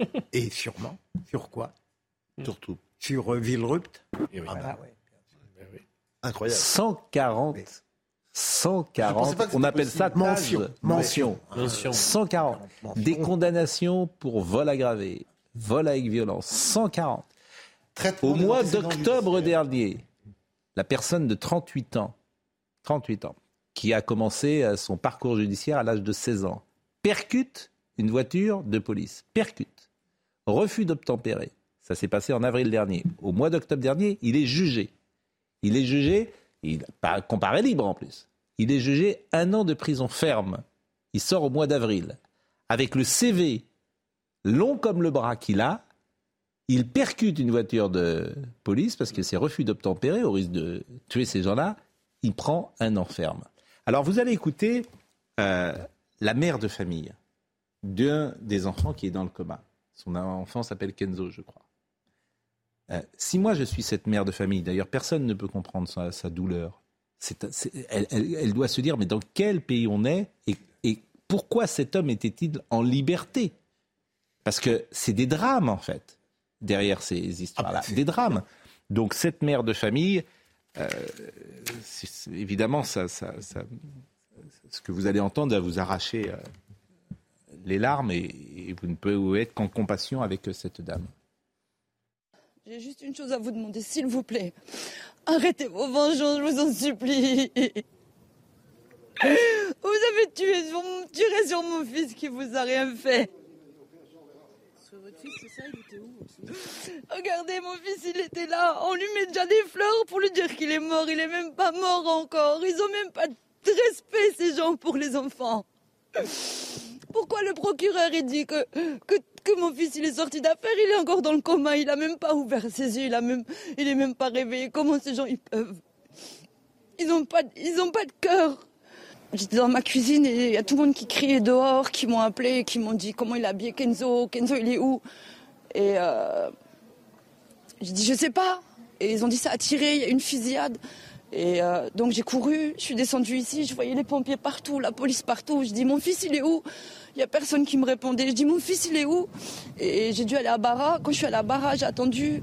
Et sûrement. Sur quoi? Surtout. Sur euh, Villerupt? Et oui. Ah bah ouais. Incroyable. cent quarante. cent quarante. Je pensais pas que On c'était appelle ça possible. tâche. Mention. Mention. Mention. cent quarante. Mention. Des condamnations pour vol aggravé, vol avec violence. cent quarante. Traitement Au des mois antécédents d'octobre judiciaires. dernier, la personne de trente-huit ans, trente-huit ans, qui a commencé euh, son parcours judiciaire à l'âge de seize ans, percute une voiture de police. Percute. Refus d'obtempérer. Ça s'est passé en avril dernier. Au mois d'octobre dernier, il est jugé. Il est jugé, il, pas comparé libre en plus. Il est jugé un an de prison ferme. Il sort au mois d'avril. Avec le C V long comme le bras qu'il a, il percute une voiture de police parce que c'est refus d'obtempérer au risque de tuer ces gens-là. Il prend un an ferme. Alors vous allez écouter euh, la mère de famille d'un des enfants qui est dans le coma. Son enfant s'appelle Kenzo, je crois. Euh, si moi je suis cette mère de famille, d'ailleurs personne ne peut comprendre sa, sa douleur. C'est, c'est, elle, elle, elle doit se dire mais dans quel pays on est et, et pourquoi cet homme était-il en liberté? Parce que c'est des drames en fait derrière ces histoires-là, des drames. Donc cette mère de famille, euh, c'est, c'est, évidemment ça, ça, ça, ce que vous allez entendre va vous arracher euh, les larmes et, et vous ne pouvez être qu'en compassion avec cette dame. J'ai juste une chose à vous demander, s'il vous plaît. Arrêtez vos vengeances, je vous en supplie. Vous avez tué sur, tiré sur mon fils qui vous a rien fait. Sur votre fils, c'est ça, il était où aussi? Regardez, mon fils, il était là. On lui met déjà des fleurs pour lui dire qu'il est mort. Il est même pas mort encore. Ils ont même pas de respect, ces gens, pour les enfants. Pourquoi le procureur, il dit que, que, que mon fils, il est sorti d'affaire, il est encore dans le coma, il a même pas ouvert ses yeux, il a même, il est même pas réveillé. Comment ces gens, ils peuvent? Ils ont pas, ils ont pas de cœur. J'étais dans ma cuisine et il y a tout le monde qui criait dehors, qui m'ont appelé, qui m'ont dit comment il a habillé Kenzo, Kenzo il est où? Et euh, j'ai dit je sais pas. Et ils ont dit ça a tiré, il y a une fusillade. Et euh, donc j'ai couru, je suis descendue ici, je voyais les pompiers partout, la police partout. Je dis mon fils il est où? Il y a personne qui me répondait. Je dis mon fils il est où? Et j'ai dû aller à Bara. Quand je suis allée à Bara, j'ai attendu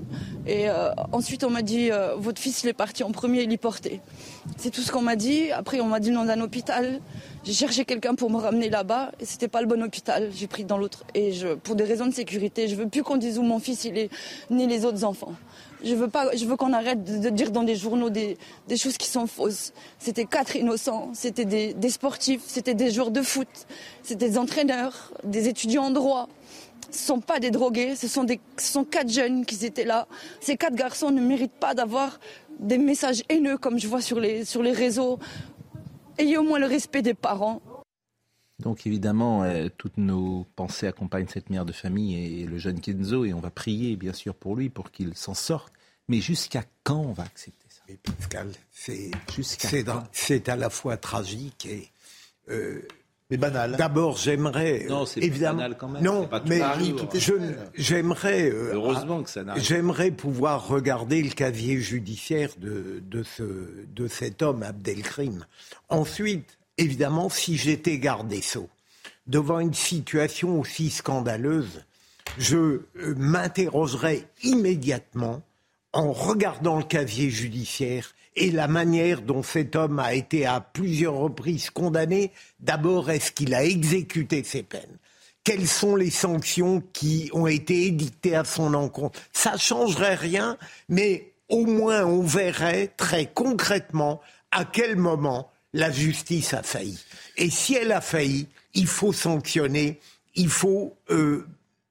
Et euh, ensuite, on m'a dit, euh, votre fils, il est parti en premier, il est porté. C'est tout ce qu'on m'a dit. Après, on m'a dit le nom d'un hôpital. J'ai cherché quelqu'un pour me ramener là-bas et c'était pas le bon hôpital. J'ai pris dans l'autre. Et je, pour des raisons de sécurité, je veux plus qu'on dise où mon fils il est, ni les autres enfants. Je veux pas, je veux qu'on arrête de, de dire dans des journaux des, des choses qui sont fausses. C'était quatre innocents, c'était des, des sportifs, c'était des joueurs de foot, c'était des entraîneurs, des étudiants en droit. Ce ne sont pas des drogués, ce sont, des, ce sont quatre jeunes qui étaient là. Ces quatre garçons ne méritent pas d'avoir des messages haineux comme je vois sur les, sur les réseaux. Ayez au moins le respect des parents. Donc évidemment, euh, toutes nos pensées accompagnent cette mère de famille et, et le jeune Kenzo, et on va prier bien sûr pour lui, pour qu'il s'en sorte. Mais jusqu'à quand on va accepter ça ? Mais Pascal, c'est, jusqu'à c'est, quand ? c'est à la fois tragique et... Euh, mais banal. D'abord, j'aimerais... Non, c'est évidemment, banal quand même. Non, c'est pas tout mais jour, je, j'aimerais... Euh, Heureusement que ça n'arrive. J'aimerais pouvoir regarder le casier judiciaire de, de, ce, de cet homme, Abdelkrim. Ensuite, évidemment, si j'étais garde des Sceaux, devant une situation aussi scandaleuse, je euh, m'interrogerais immédiatement en regardant le casier judiciaire et la manière dont cet homme a été à plusieurs reprises condamné. D'abord, est-ce qu'il a exécuté ses peines ? Quelles sont les sanctions qui ont été édictées à son encontre ? Ça ne changerait rien, mais au moins on verrait très concrètement à quel moment la justice a failli. Et si elle a failli, il faut sanctionner, il faut euh,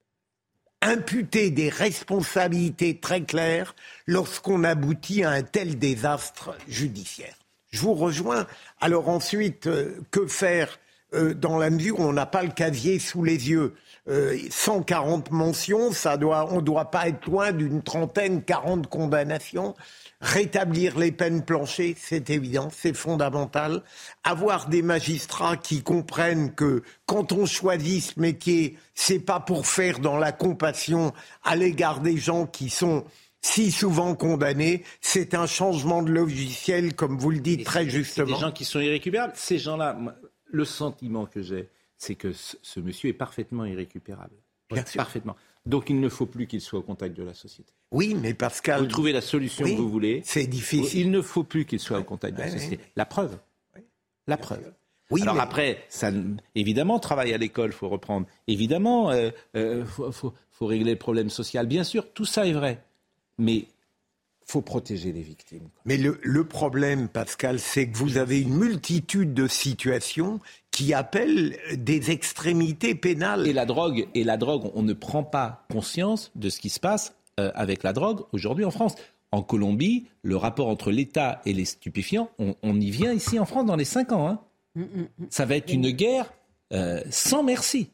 imputer des responsabilités très claires lorsqu'on aboutit à un tel désastre judiciaire. Je vous rejoins. Alors ensuite, euh, que faire euh, dans la mesure où on n'a pas le casier sous les yeux ? euh, cent quarante mentions, ça doit, on ne doit pas être loin d'une trentaine, quarante condamnations. Rétablir les peines planchées, c'est évident, c'est fondamental. Avoir des magistrats qui comprennent que quand on choisit ce métier, c'est pas pour faire dans la compassion à l'égard des gens qui sont si souvent condamnés, c'est un changement de logiciel, comme vous le dites Et très c'est, justement. C'est des gens qui sont irrécupérables. Ces gens-là, le sentiment que j'ai, c'est que ce, ce monsieur est parfaitement irrécupérable. Bien sûr. Parfaitement. Donc il ne faut plus qu'il soit au contact de la société. Oui, mais Pascal... Vous trouvez la solution oui, que vous voulez. C'est difficile. Il ne faut plus qu'il soit au contact de la oui, société. Oui. La preuve. Oui. La preuve. Oui, Alors mais... après, ça, évidemment, travail à l'école, il faut reprendre. Évidemment, il euh, euh, faut, faut, faut régler le problème social. Bien sûr, tout ça est vrai. Mais il faut protéger les victimes. Mais le, le problème, Pascal, c'est que vous avez une multitude de situations qui appellent des extrémités pénales. Et la drogue, et la drogue, on ne prend pas conscience de ce qui se passe euh, avec la drogue aujourd'hui en France. En Colombie, le rapport entre l'État et les stupéfiants, on, on y vient ici en France dans les cinq ans. Hein. Mmh, mmh. Ça va être une guerre euh, sans merci.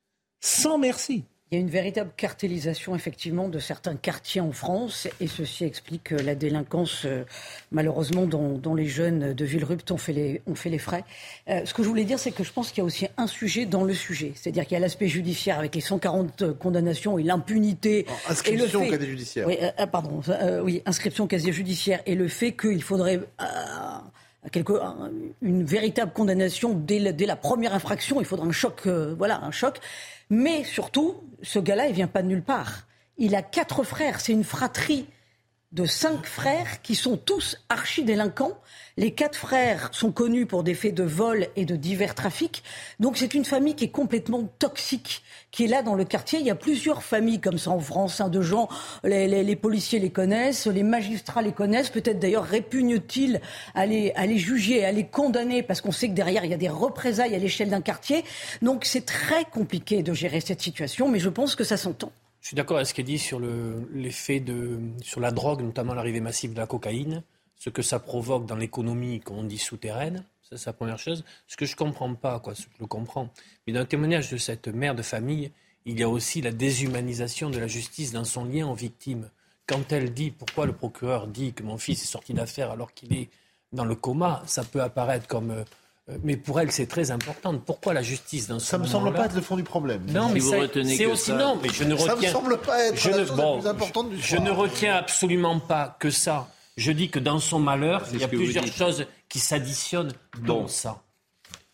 Sans merci. Il y a une véritable cartélisation, effectivement, de certains quartiers en France, et ceci explique la délinquance, euh, malheureusement, dont, dont les jeunes de Villerupt ont fait les, ont fait les frais. Euh, ce que je voulais dire, c'est que je pense qu'il y a aussi un sujet dans le sujet. C'est-à-dire qu'il y a l'aspect judiciaire avec les cent quarante condamnations et l'impunité. Oh, inscription au casier judiciaire. Oui, euh, pardon. Euh, oui, inscription au casier judiciaire. Et le fait qu'il faudrait... Euh, Quelque, une véritable condamnation dès la, dès la première infraction, il faudra un choc, euh, voilà, un choc. Mais surtout, ce gars-là, il vient pas de nulle part. Il a quatre frères, c'est une fratrie de cinq frères qui sont tous archi-délinquants. Les quatre frères sont connus pour des faits de vol et de divers trafics. Donc c'est une famille qui est complètement toxique, qui est là dans le quartier. Il y a plusieurs familles comme ça en France, hein, de gens, les, les, les policiers les connaissent, les magistrats les connaissent. Peut-être d'ailleurs répugne-t-il à les, à les juger, à les condamner, parce qu'on sait que derrière il y a des représailles à l'échelle d'un quartier. Donc c'est très compliqué de gérer cette situation, mais je pense que ça s'entend. Je suis d'accord avec ce qu'elle dit sur le, l'effet de, sur la drogue, notamment l'arrivée massive de la cocaïne, ce que ça provoque dans l'économie qu'on dit souterraine, ça c'est la première chose. Ce que je ne comprends pas, quoi, ce que je le comprends, mais dans le témoignage de cette mère de famille, il y a aussi la déshumanisation de la justice dans son lien aux victimes. Quand elle dit, pourquoi le procureur dit que mon fils est sorti d'affaire alors qu'il est dans le coma, ça peut apparaître comme... Euh, mais pour elle, c'est très important. Pourquoi la justice dans ce Ça me semble pas être le fond du problème. Non, si mais vous ça, retenez c'est que aussi ça... non. Mais je ne retiens. Ça me semble pas être je la ne, chose bon, la plus importante du Je soir. ne retiens absolument pas que ça. Je dis que dans son malheur, c'est il y a ce que plusieurs vous dites. choses qui s'additionnent dans Bon. ça.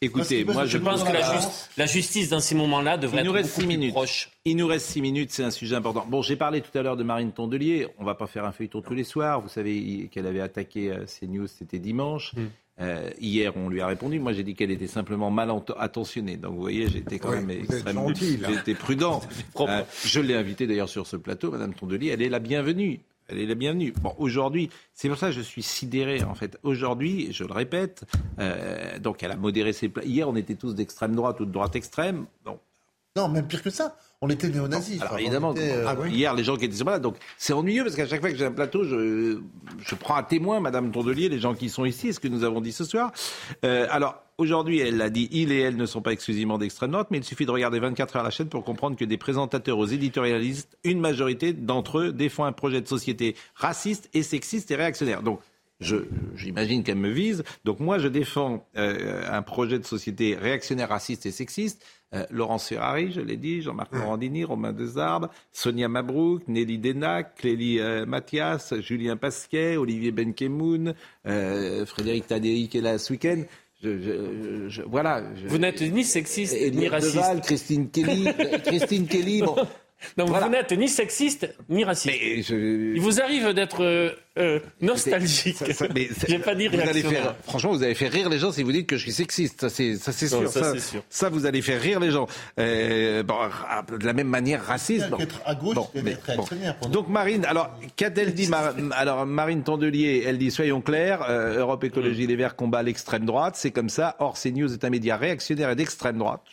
Écoutez, moi je, je pense que la, just, la justice dans ces moments-là devrait être beaucoup plus proche. Il nous reste six minutes, c'est un sujet important. Bon, j'ai parlé tout à l'heure de Marine Tondelier. On va pas faire un feuilleton tous les soirs. Vous savez qu'elle avait attaqué CNews, c'était dimanche. Mm. Euh, hier, on lui a répondu. Moi, j'ai dit qu'elle était simplement mal attentionnée. Donc, vous voyez, j'étais quand oui, même extrêmement j'étais prudent. Euh, je l'ai invitée d'ailleurs sur ce plateau, Madame Tondelier. Elle est la bienvenue. Elle est la bienvenue. Bon, aujourd'hui, c'est pour ça que je suis sidéré, en fait. Aujourd'hui, je le répète, euh, donc elle a modéré ses plans. Hier, on était tous d'extrême droite ou de droite extrême. Bon. Non, même pire que ça. On était néo-nazis. Alors, évidemment, était, euh... ah, oui. Hier, les gens qui étaient sur là, donc c'est ennuyeux parce qu'à chaque fois que j'ai un plateau, je, je prends à témoin Madame Tondelier, les gens qui sont ici, et ce que nous avons dit ce soir. Euh, alors, aujourd'hui, elle l'a dit, il et elle ne sont pas exclusivement d'extrême droite, mais il suffit de regarder vingt-quatre heures la chaîne pour comprendre que des présentateurs aux éditorialistes, une majorité d'entre eux défend un projet de société raciste et sexiste et réactionnaire. Donc, Je, j'imagine qu'elle me vise. Donc moi, je défends euh, un projet de société réactionnaire, raciste et sexiste. Euh, Laurence Ferrari, je l'ai dit, Jean-Marc Morandini, Romain Desarbes, Sonia Mabrouk, Nelly Denac, Clélie euh, Mathias, Julien Pasquet, Olivier Benkemoun, euh, Frédéric Tadei qui est là ce week-end. Je, je, je, voilà. Je, vous n'êtes ni sexiste ni raciste. Deval, Christine Kelly, Christine Kelly. Bon. Donc voilà. Vous n'êtes ni sexiste ni raciste. Mais je... Il vous arrive d'être euh, euh, nostalgique. Ça, ça, mais J'ai pas dit réactionnaire. Franchement, vous allez faire rire les gens si vous dites que je suis sexiste. Ça, c'est, ça, c'est sûr. Non, ça, ça, c'est sûr. Ça, vous allez faire rire les gens. Euh, bon, de la même manière, raciste. Bon. Être à gauche, bon, mais, être réactionnaire. Bon. Donc Marine, alors qu'a-t-elle dit Mar... Alors Marine Tondelier, elle dit soyons clairs. Euh, Europe Écologie Les Verts combat l'extrême droite. C'est comme ça. Or, CNews est un média réactionnaire et d'extrême droite.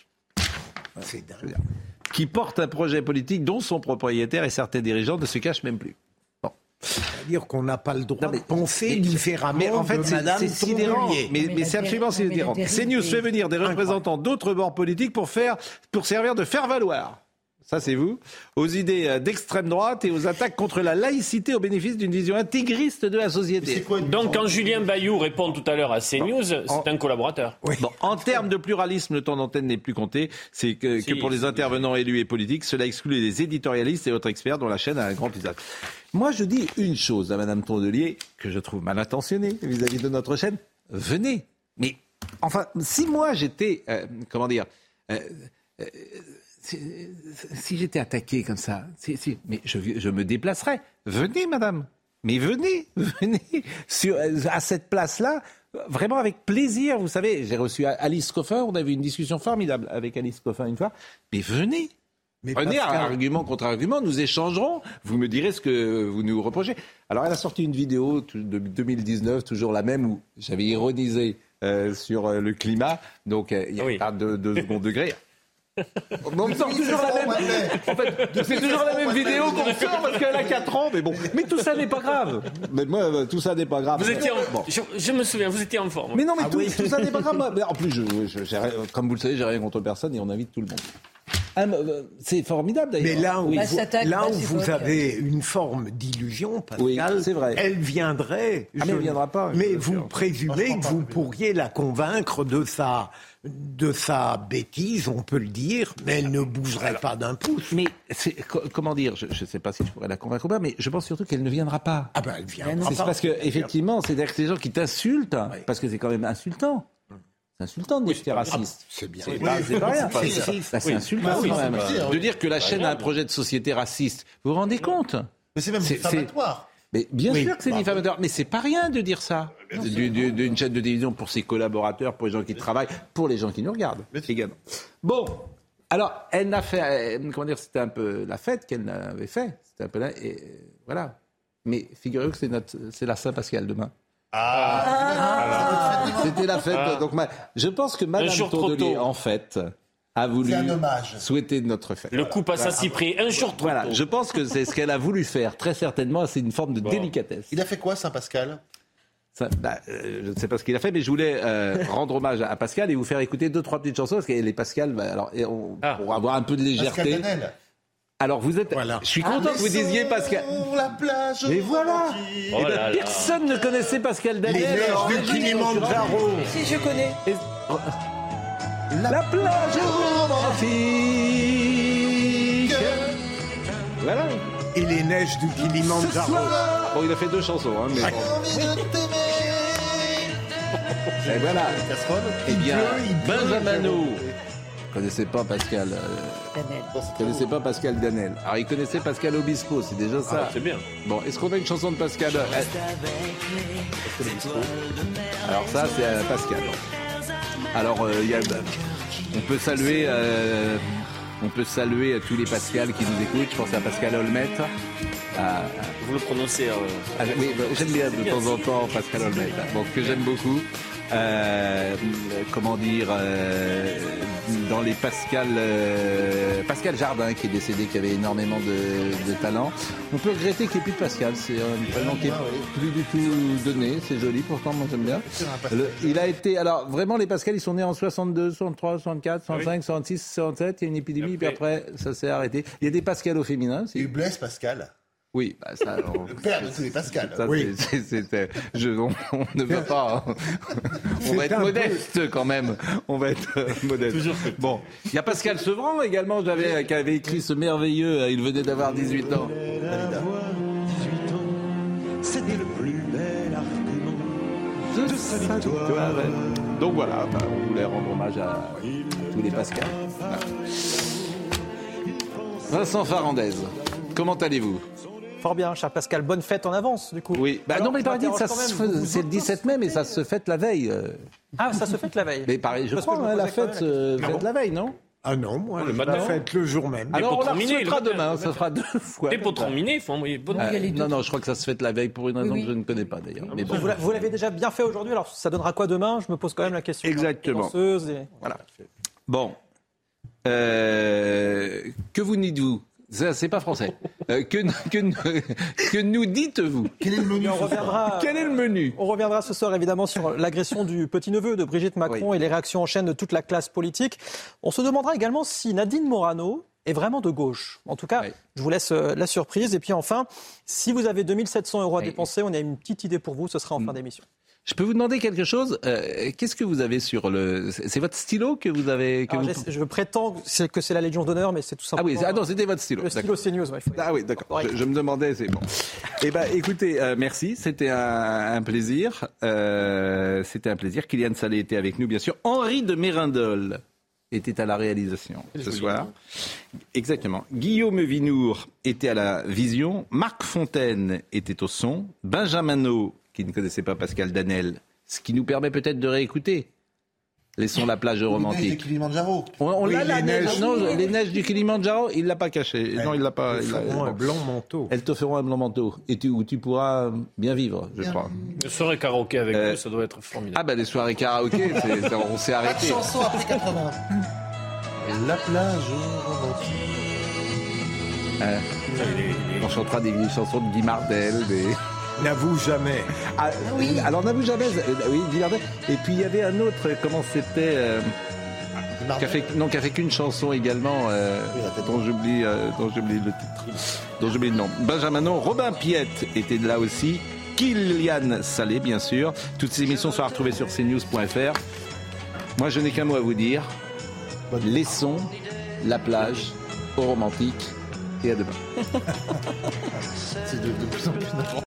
C'est dingue. Qui porte un projet politique dont son propriétaire et certains dirigeants ne se cachent même plus. Bon. C'est-à-dire qu'on n'a pas le droit non, de penser mais, différemment mais en fait, de c'est, Madame c'est sidérant. Mais, mais, mais c'est déri- absolument sidérant. CNews fait venir des représentants d'autres bords politiques pour, faire, pour servir de faire-valoir. Ça, c'est vous, aux idées d'extrême droite et aux attaques contre la laïcité au bénéfice d'une vision intégriste de la société. Quoi, Donc, quand Julien Bayou répond tout à l'heure à CNews, bon, c'est en... un collaborateur. Oui. Bon, en termes de pluralisme, le temps d'antenne n'est plus compté. C'est que, si, que pour les intervenants bien. élus et politiques, cela exclut les éditorialistes et autres experts dont la chaîne a un grand usage. Moi, je dis une chose à Madame Tondelier, que je trouve mal intentionnée vis-à-vis de notre chaîne. Venez. Mais, enfin, si moi j'étais, euh, comment dire... Euh, euh, si j'étais attaqué comme ça, si, si, mais je, je me déplacerais. Venez, madame. Mais venez, venez sur, à cette place-là, vraiment avec plaisir. Vous savez, j'ai reçu Alice Coffin, on avait une discussion formidable avec Alice Coffin une fois. Mais venez. Mais venez, Pascal... argument contre argument, nous échangerons. Vous me direz ce que vous nous reprochez. Alors, elle a sorti une vidéo de deux mille dix-neuf, toujours la même, où j'avais ironisé euh, sur le climat. Donc, euh, il y a oui. pas de, de second degré. Non, c'est toujours la même. En fait, c'est toujours la même vidéo qu'on sort parce qu'elle a quatre ans, mais bon. Mais tout ça n'est pas grave. Mais moi, tout ça n'est pas grave. Vous étiez en... bon. je, je me souviens, vous étiez en forme. Mais non, mais ah, tout, oui. tout ça n'est pas grave. Mais en plus, je, je, j'ai, comme vous le savez, j'ai rien contre personne et on invite tout le monde. C'est formidable d'ailleurs. Mais là où oui. vous, là où vous avez une forme d'illusion, Pascal, oui, c'est vrai. Elle viendrait. Ah, mais elle viendra pas. Mais vous sûr. Présumez que vous pourriez la convaincre de sa, de sa bêtise, on peut le dire, mais elle ne bougerait Alors, pas d'un pouce. Mais c'est, comment dire, je ne sais pas si je pourrais la convaincre ou pas, mais je pense surtout qu'elle ne viendra pas. Ah ben elle viendra c'est pas. Parce que effectivement, c'est des gens qui t'insultent, oui. parce que c'est quand même insultant. C'est insultant de dire que tu es raciste. C'est bien. C'est pas, oui, c'est pas rien. C'est, c'est, c'est, c'est insultant bah oui, quand même. Dire, de dire que la chaîne a un projet de société raciste. Vous vous rendez compte ? Mais c'est même c'est, diffamatoire. C'est... Mais bien oui, sûr que c'est bah, diffamatoire. Mais c'est pas rien de dire ça. Du, du, d'une chaîne de télévision pour ses collaborateurs, pour les gens qui travaillent, pour les gens qui nous regardent également. Bon. Alors, elle n'a fait, comment dire, c'était un peu la fête qu'elle avait fait. C'était un peu là, et voilà. Mais figurez-vous que c'est notre, c'est la Saint-Pascal demain. Ah, ah, c'était la fête. Ah. Donc, ma, je pense que Madame Tondelier, en fait, a voulu souhaiter notre fête. Le coup passe à Cyprien, un jour trop voilà. tôt. Je pense que c'est ce qu'elle a voulu faire. Très certainement, c'est une forme de bon. délicatesse. Il a fait quoi, Saint-Pascal ? Ça, bah, euh, je ne sais pas ce qu'il a fait, mais je voulais euh, rendre hommage à Pascal et vous faire écouter deux, trois petites chansons parce qu'elle est Pascal. Bah, alors, et on, ah. pour avoir un peu de légèreté. Pascal Alors vous êtes, voilà. Je suis content ah, que vous disiez Pascal. La plage. Et voilà. Oh et ben, personne ne connaissait Pascal Daniel. Les neiges du Kilimanjaro. Si je connais. Et... La, la plage romantique. Voilà. Et les neiges du Kilimanjaro. Bon, il a fait deux chansons, hein, mais. Et voilà. Casserole. Eh bien, Il pleut, il pleut, Benjamino. Jérôme. Vous connaissez pas Pascal euh, Danel. Vous connaissez pas Pascal Danel. Alors, il connaissait Pascal Obispo, c'est déjà ça. Ah, c'est bien. Bon, est-ce qu'on a une chanson de Pascal euh, Alors ça, c'est euh, Pascal. Alors, euh, il y a, on peut saluer, euh, on peut saluer tous les Pascal qui nous écoutent. Je pense à Pascal Olmet. À, Vous le prononcez. Euh... à, oui, bah, j'aime bien de temps en temps Pascal Olmet. Bon, que j'aime beaucoup. Euh, comment dire, euh, dans les Pascal, euh, Pascal Jardin qui est décédé, qui avait énormément de, de talent. On peut regretter qu'il n'y ait plus de Pascal. C'est un prénom qui n'est plus du tout donné. C'est joli, pourtant moi j'aime bien. Le, il a été, alors vraiment les Pascal, ils sont nés en soixante-deux, soixante-trois, soixante-quatre, soixante-cinq, soixante-six, soixante-sept. Il y a une épidémie, puis après ça s'est arrêté. Il y a des Pascal au féminin. Il y a eu Blaise Pascal. Oui, bah ça. On... Le père de tous les Pascal. Ça, oui. c'est, c'est, c'est, je, on, on ne va pas. On va être modeste peu... quand même. On va être euh, modeste. Toujours. Bon, il y a Pascal Sevran également, j'avais, qui avait écrit ce merveilleux. Il venait d'avoir dix-huit ans. C'était le plus bel argument de sa victoire. Donc voilà, bah, on voulait rendre hommage à tous les Pascal. Voilà. Vincent Farandez, comment allez-vous? Fort bien, cher Pascal. Bonne fête en avance, du coup. Oui. Bah, non, mais pareil, ça se fait, c'est le dix-sept mai, mais ça se fête la veille. Ah, ça se fête la veille. Mais pareil, je Parce crois, que je hein, la fête se la fête la veille, non? Ah non, moi, le je matin. la fête le jour même. Alors, on la fêtera demain, ça fera deux fois. Et pour terminer, il faut envoyer bonne euh, Non, non, je crois que ça se fête la veille pour une raison oui, oui. que je ne connais pas, d'ailleurs. Mais bon. Vous, vous l'avez déjà bien fait aujourd'hui, alors ça donnera quoi demain? Je me pose quand même la question. Exactement. Et... Voilà. Bon. Euh, que vous dites-vous? Ça, c'est pas français. Euh, que, que, que nous dites-vous? Quel est le menu? on reviendra, Quel est le menu? On reviendra ce soir évidemment sur l'agression du petit-neveu de Brigitte Macron oui. et les réactions en chaîne de toute la classe politique. On se demandera également si Nadine Morano est vraiment de gauche. En tout cas, oui. je vous laisse la surprise. Et puis enfin, si vous avez deux mille sept cents euros à oui. dépenser, on a une petite idée pour vous, ce sera en mmh. fin d'émission. Je peux vous demander quelque chose? euh, Qu'est-ce que vous avez sur le... C'est votre stylo que vous avez... Que Alors, vous... Je prétends que c'est la Légion d'honneur, mais c'est tout simplement... Ah oui, ah non, c'était votre stylo. Le stylo CNews, ouais, faut... Ah oui, d'accord. Je, je me demandais, c'est bon. Eh bien, écoutez, euh, merci, c'était un, un plaisir. Euh, c'était un plaisir. Kylian Salé était avec nous, bien sûr. Henri de Mérindol était à la réalisation ce soir. Exactement. Guillaume Vinour était à la vision. Marc Fontaine était au son. Benjamino, qui ne connaissait pas Pascal Danel, ce qui nous permet peut-être de réécouter. Laissons la plage romantique. Les neiges du Kilimandjaro. On, on oui, l'a, les la neige. neiges. Non, les neiges du Kilimandjaro, il l'a pas caché. Elles non, il l'a pas. Elles il feront l'a, un blanc manteau. Elles te feront un blanc manteau. Et tu, où tu pourras bien vivre, je bien. crois. Une soirée karaoké avec euh, vous, ça doit être formidable. Ah bah les soirées karaoké, c'est, on s'est arrêté. La chanson après quatre-vingts. La plage romantique. Euh, on chantera des vieilles chansons de Guy Mardel, des... N'avoue jamais. Ah, oui. Alors n'avoue jamais, euh, oui, Guy Mardel. Et puis il y avait un autre, comment c'était euh, qui a fait, non, qui a fait qu'une chanson également, euh, oui, dont j'oublie, euh, dont j'oublie le titre, dont j'oublie le nom. Benjamino, Robin Piette était là aussi. Kylian Salé, bien sûr. Toutes ces émissions sont à retrouver sur c news point f r. Moi, je n'ai qu'un mot à vous dire. Laissons la plage aux romantiques et à demain. C'est de, de plus en plus